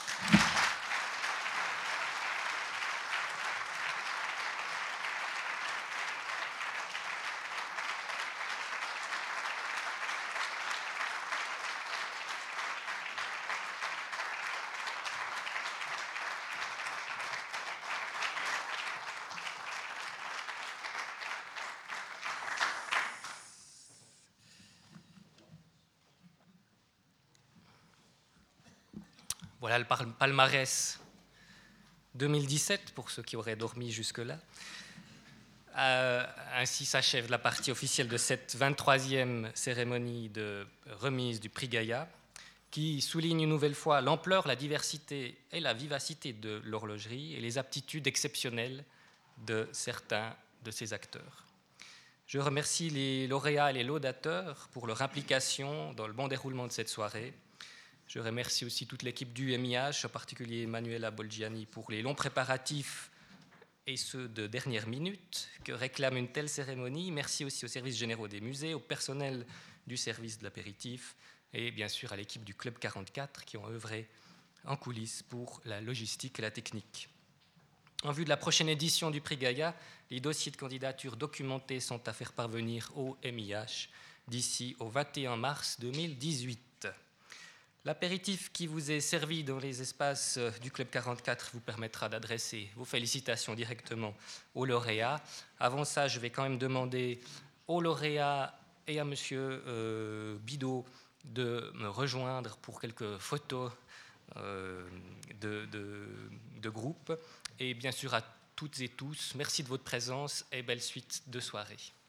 Voilà le palmarès deux mille dix-sept, pour ceux qui auraient dormi jusque-là. Euh, ainsi s'achève la partie officielle de cette vingt-troisième cérémonie de remise du prix Gaïa, qui souligne une nouvelle fois l'ampleur, la diversité et la vivacité de l'horlogerie et les aptitudes exceptionnelles de certains de ses acteurs. Je remercie les lauréats et les laudateurs pour leur implication dans le bon déroulement de cette soirée. Je remercie aussi toute l'équipe du M I H, en particulier Manuela Bolgiani, pour les longs préparatifs et ceux de dernière minute que réclame une telle cérémonie. Merci aussi aux services généraux des musées, au personnel du service de l'apéritif et bien sûr à l'équipe du Club quarante-quatre qui ont œuvré en coulisses pour la logistique et la technique. En vue de la prochaine édition du prix Gaïa, les dossiers de candidature documentés sont à faire parvenir au M I H d'ici au vingt et un mars deux mille dix-huit. L'apéritif qui vous est servi dans les espaces du Club quarante-quatre vous permettra d'adresser vos félicitations directement aux lauréats. Avant ça, je vais quand même demander aux lauréats et à monsieur euh, Bidot de me rejoindre pour quelques photos euh, de, de, de groupe. Et bien sûr à toutes et tous, merci de votre présence et belle suite de soirée.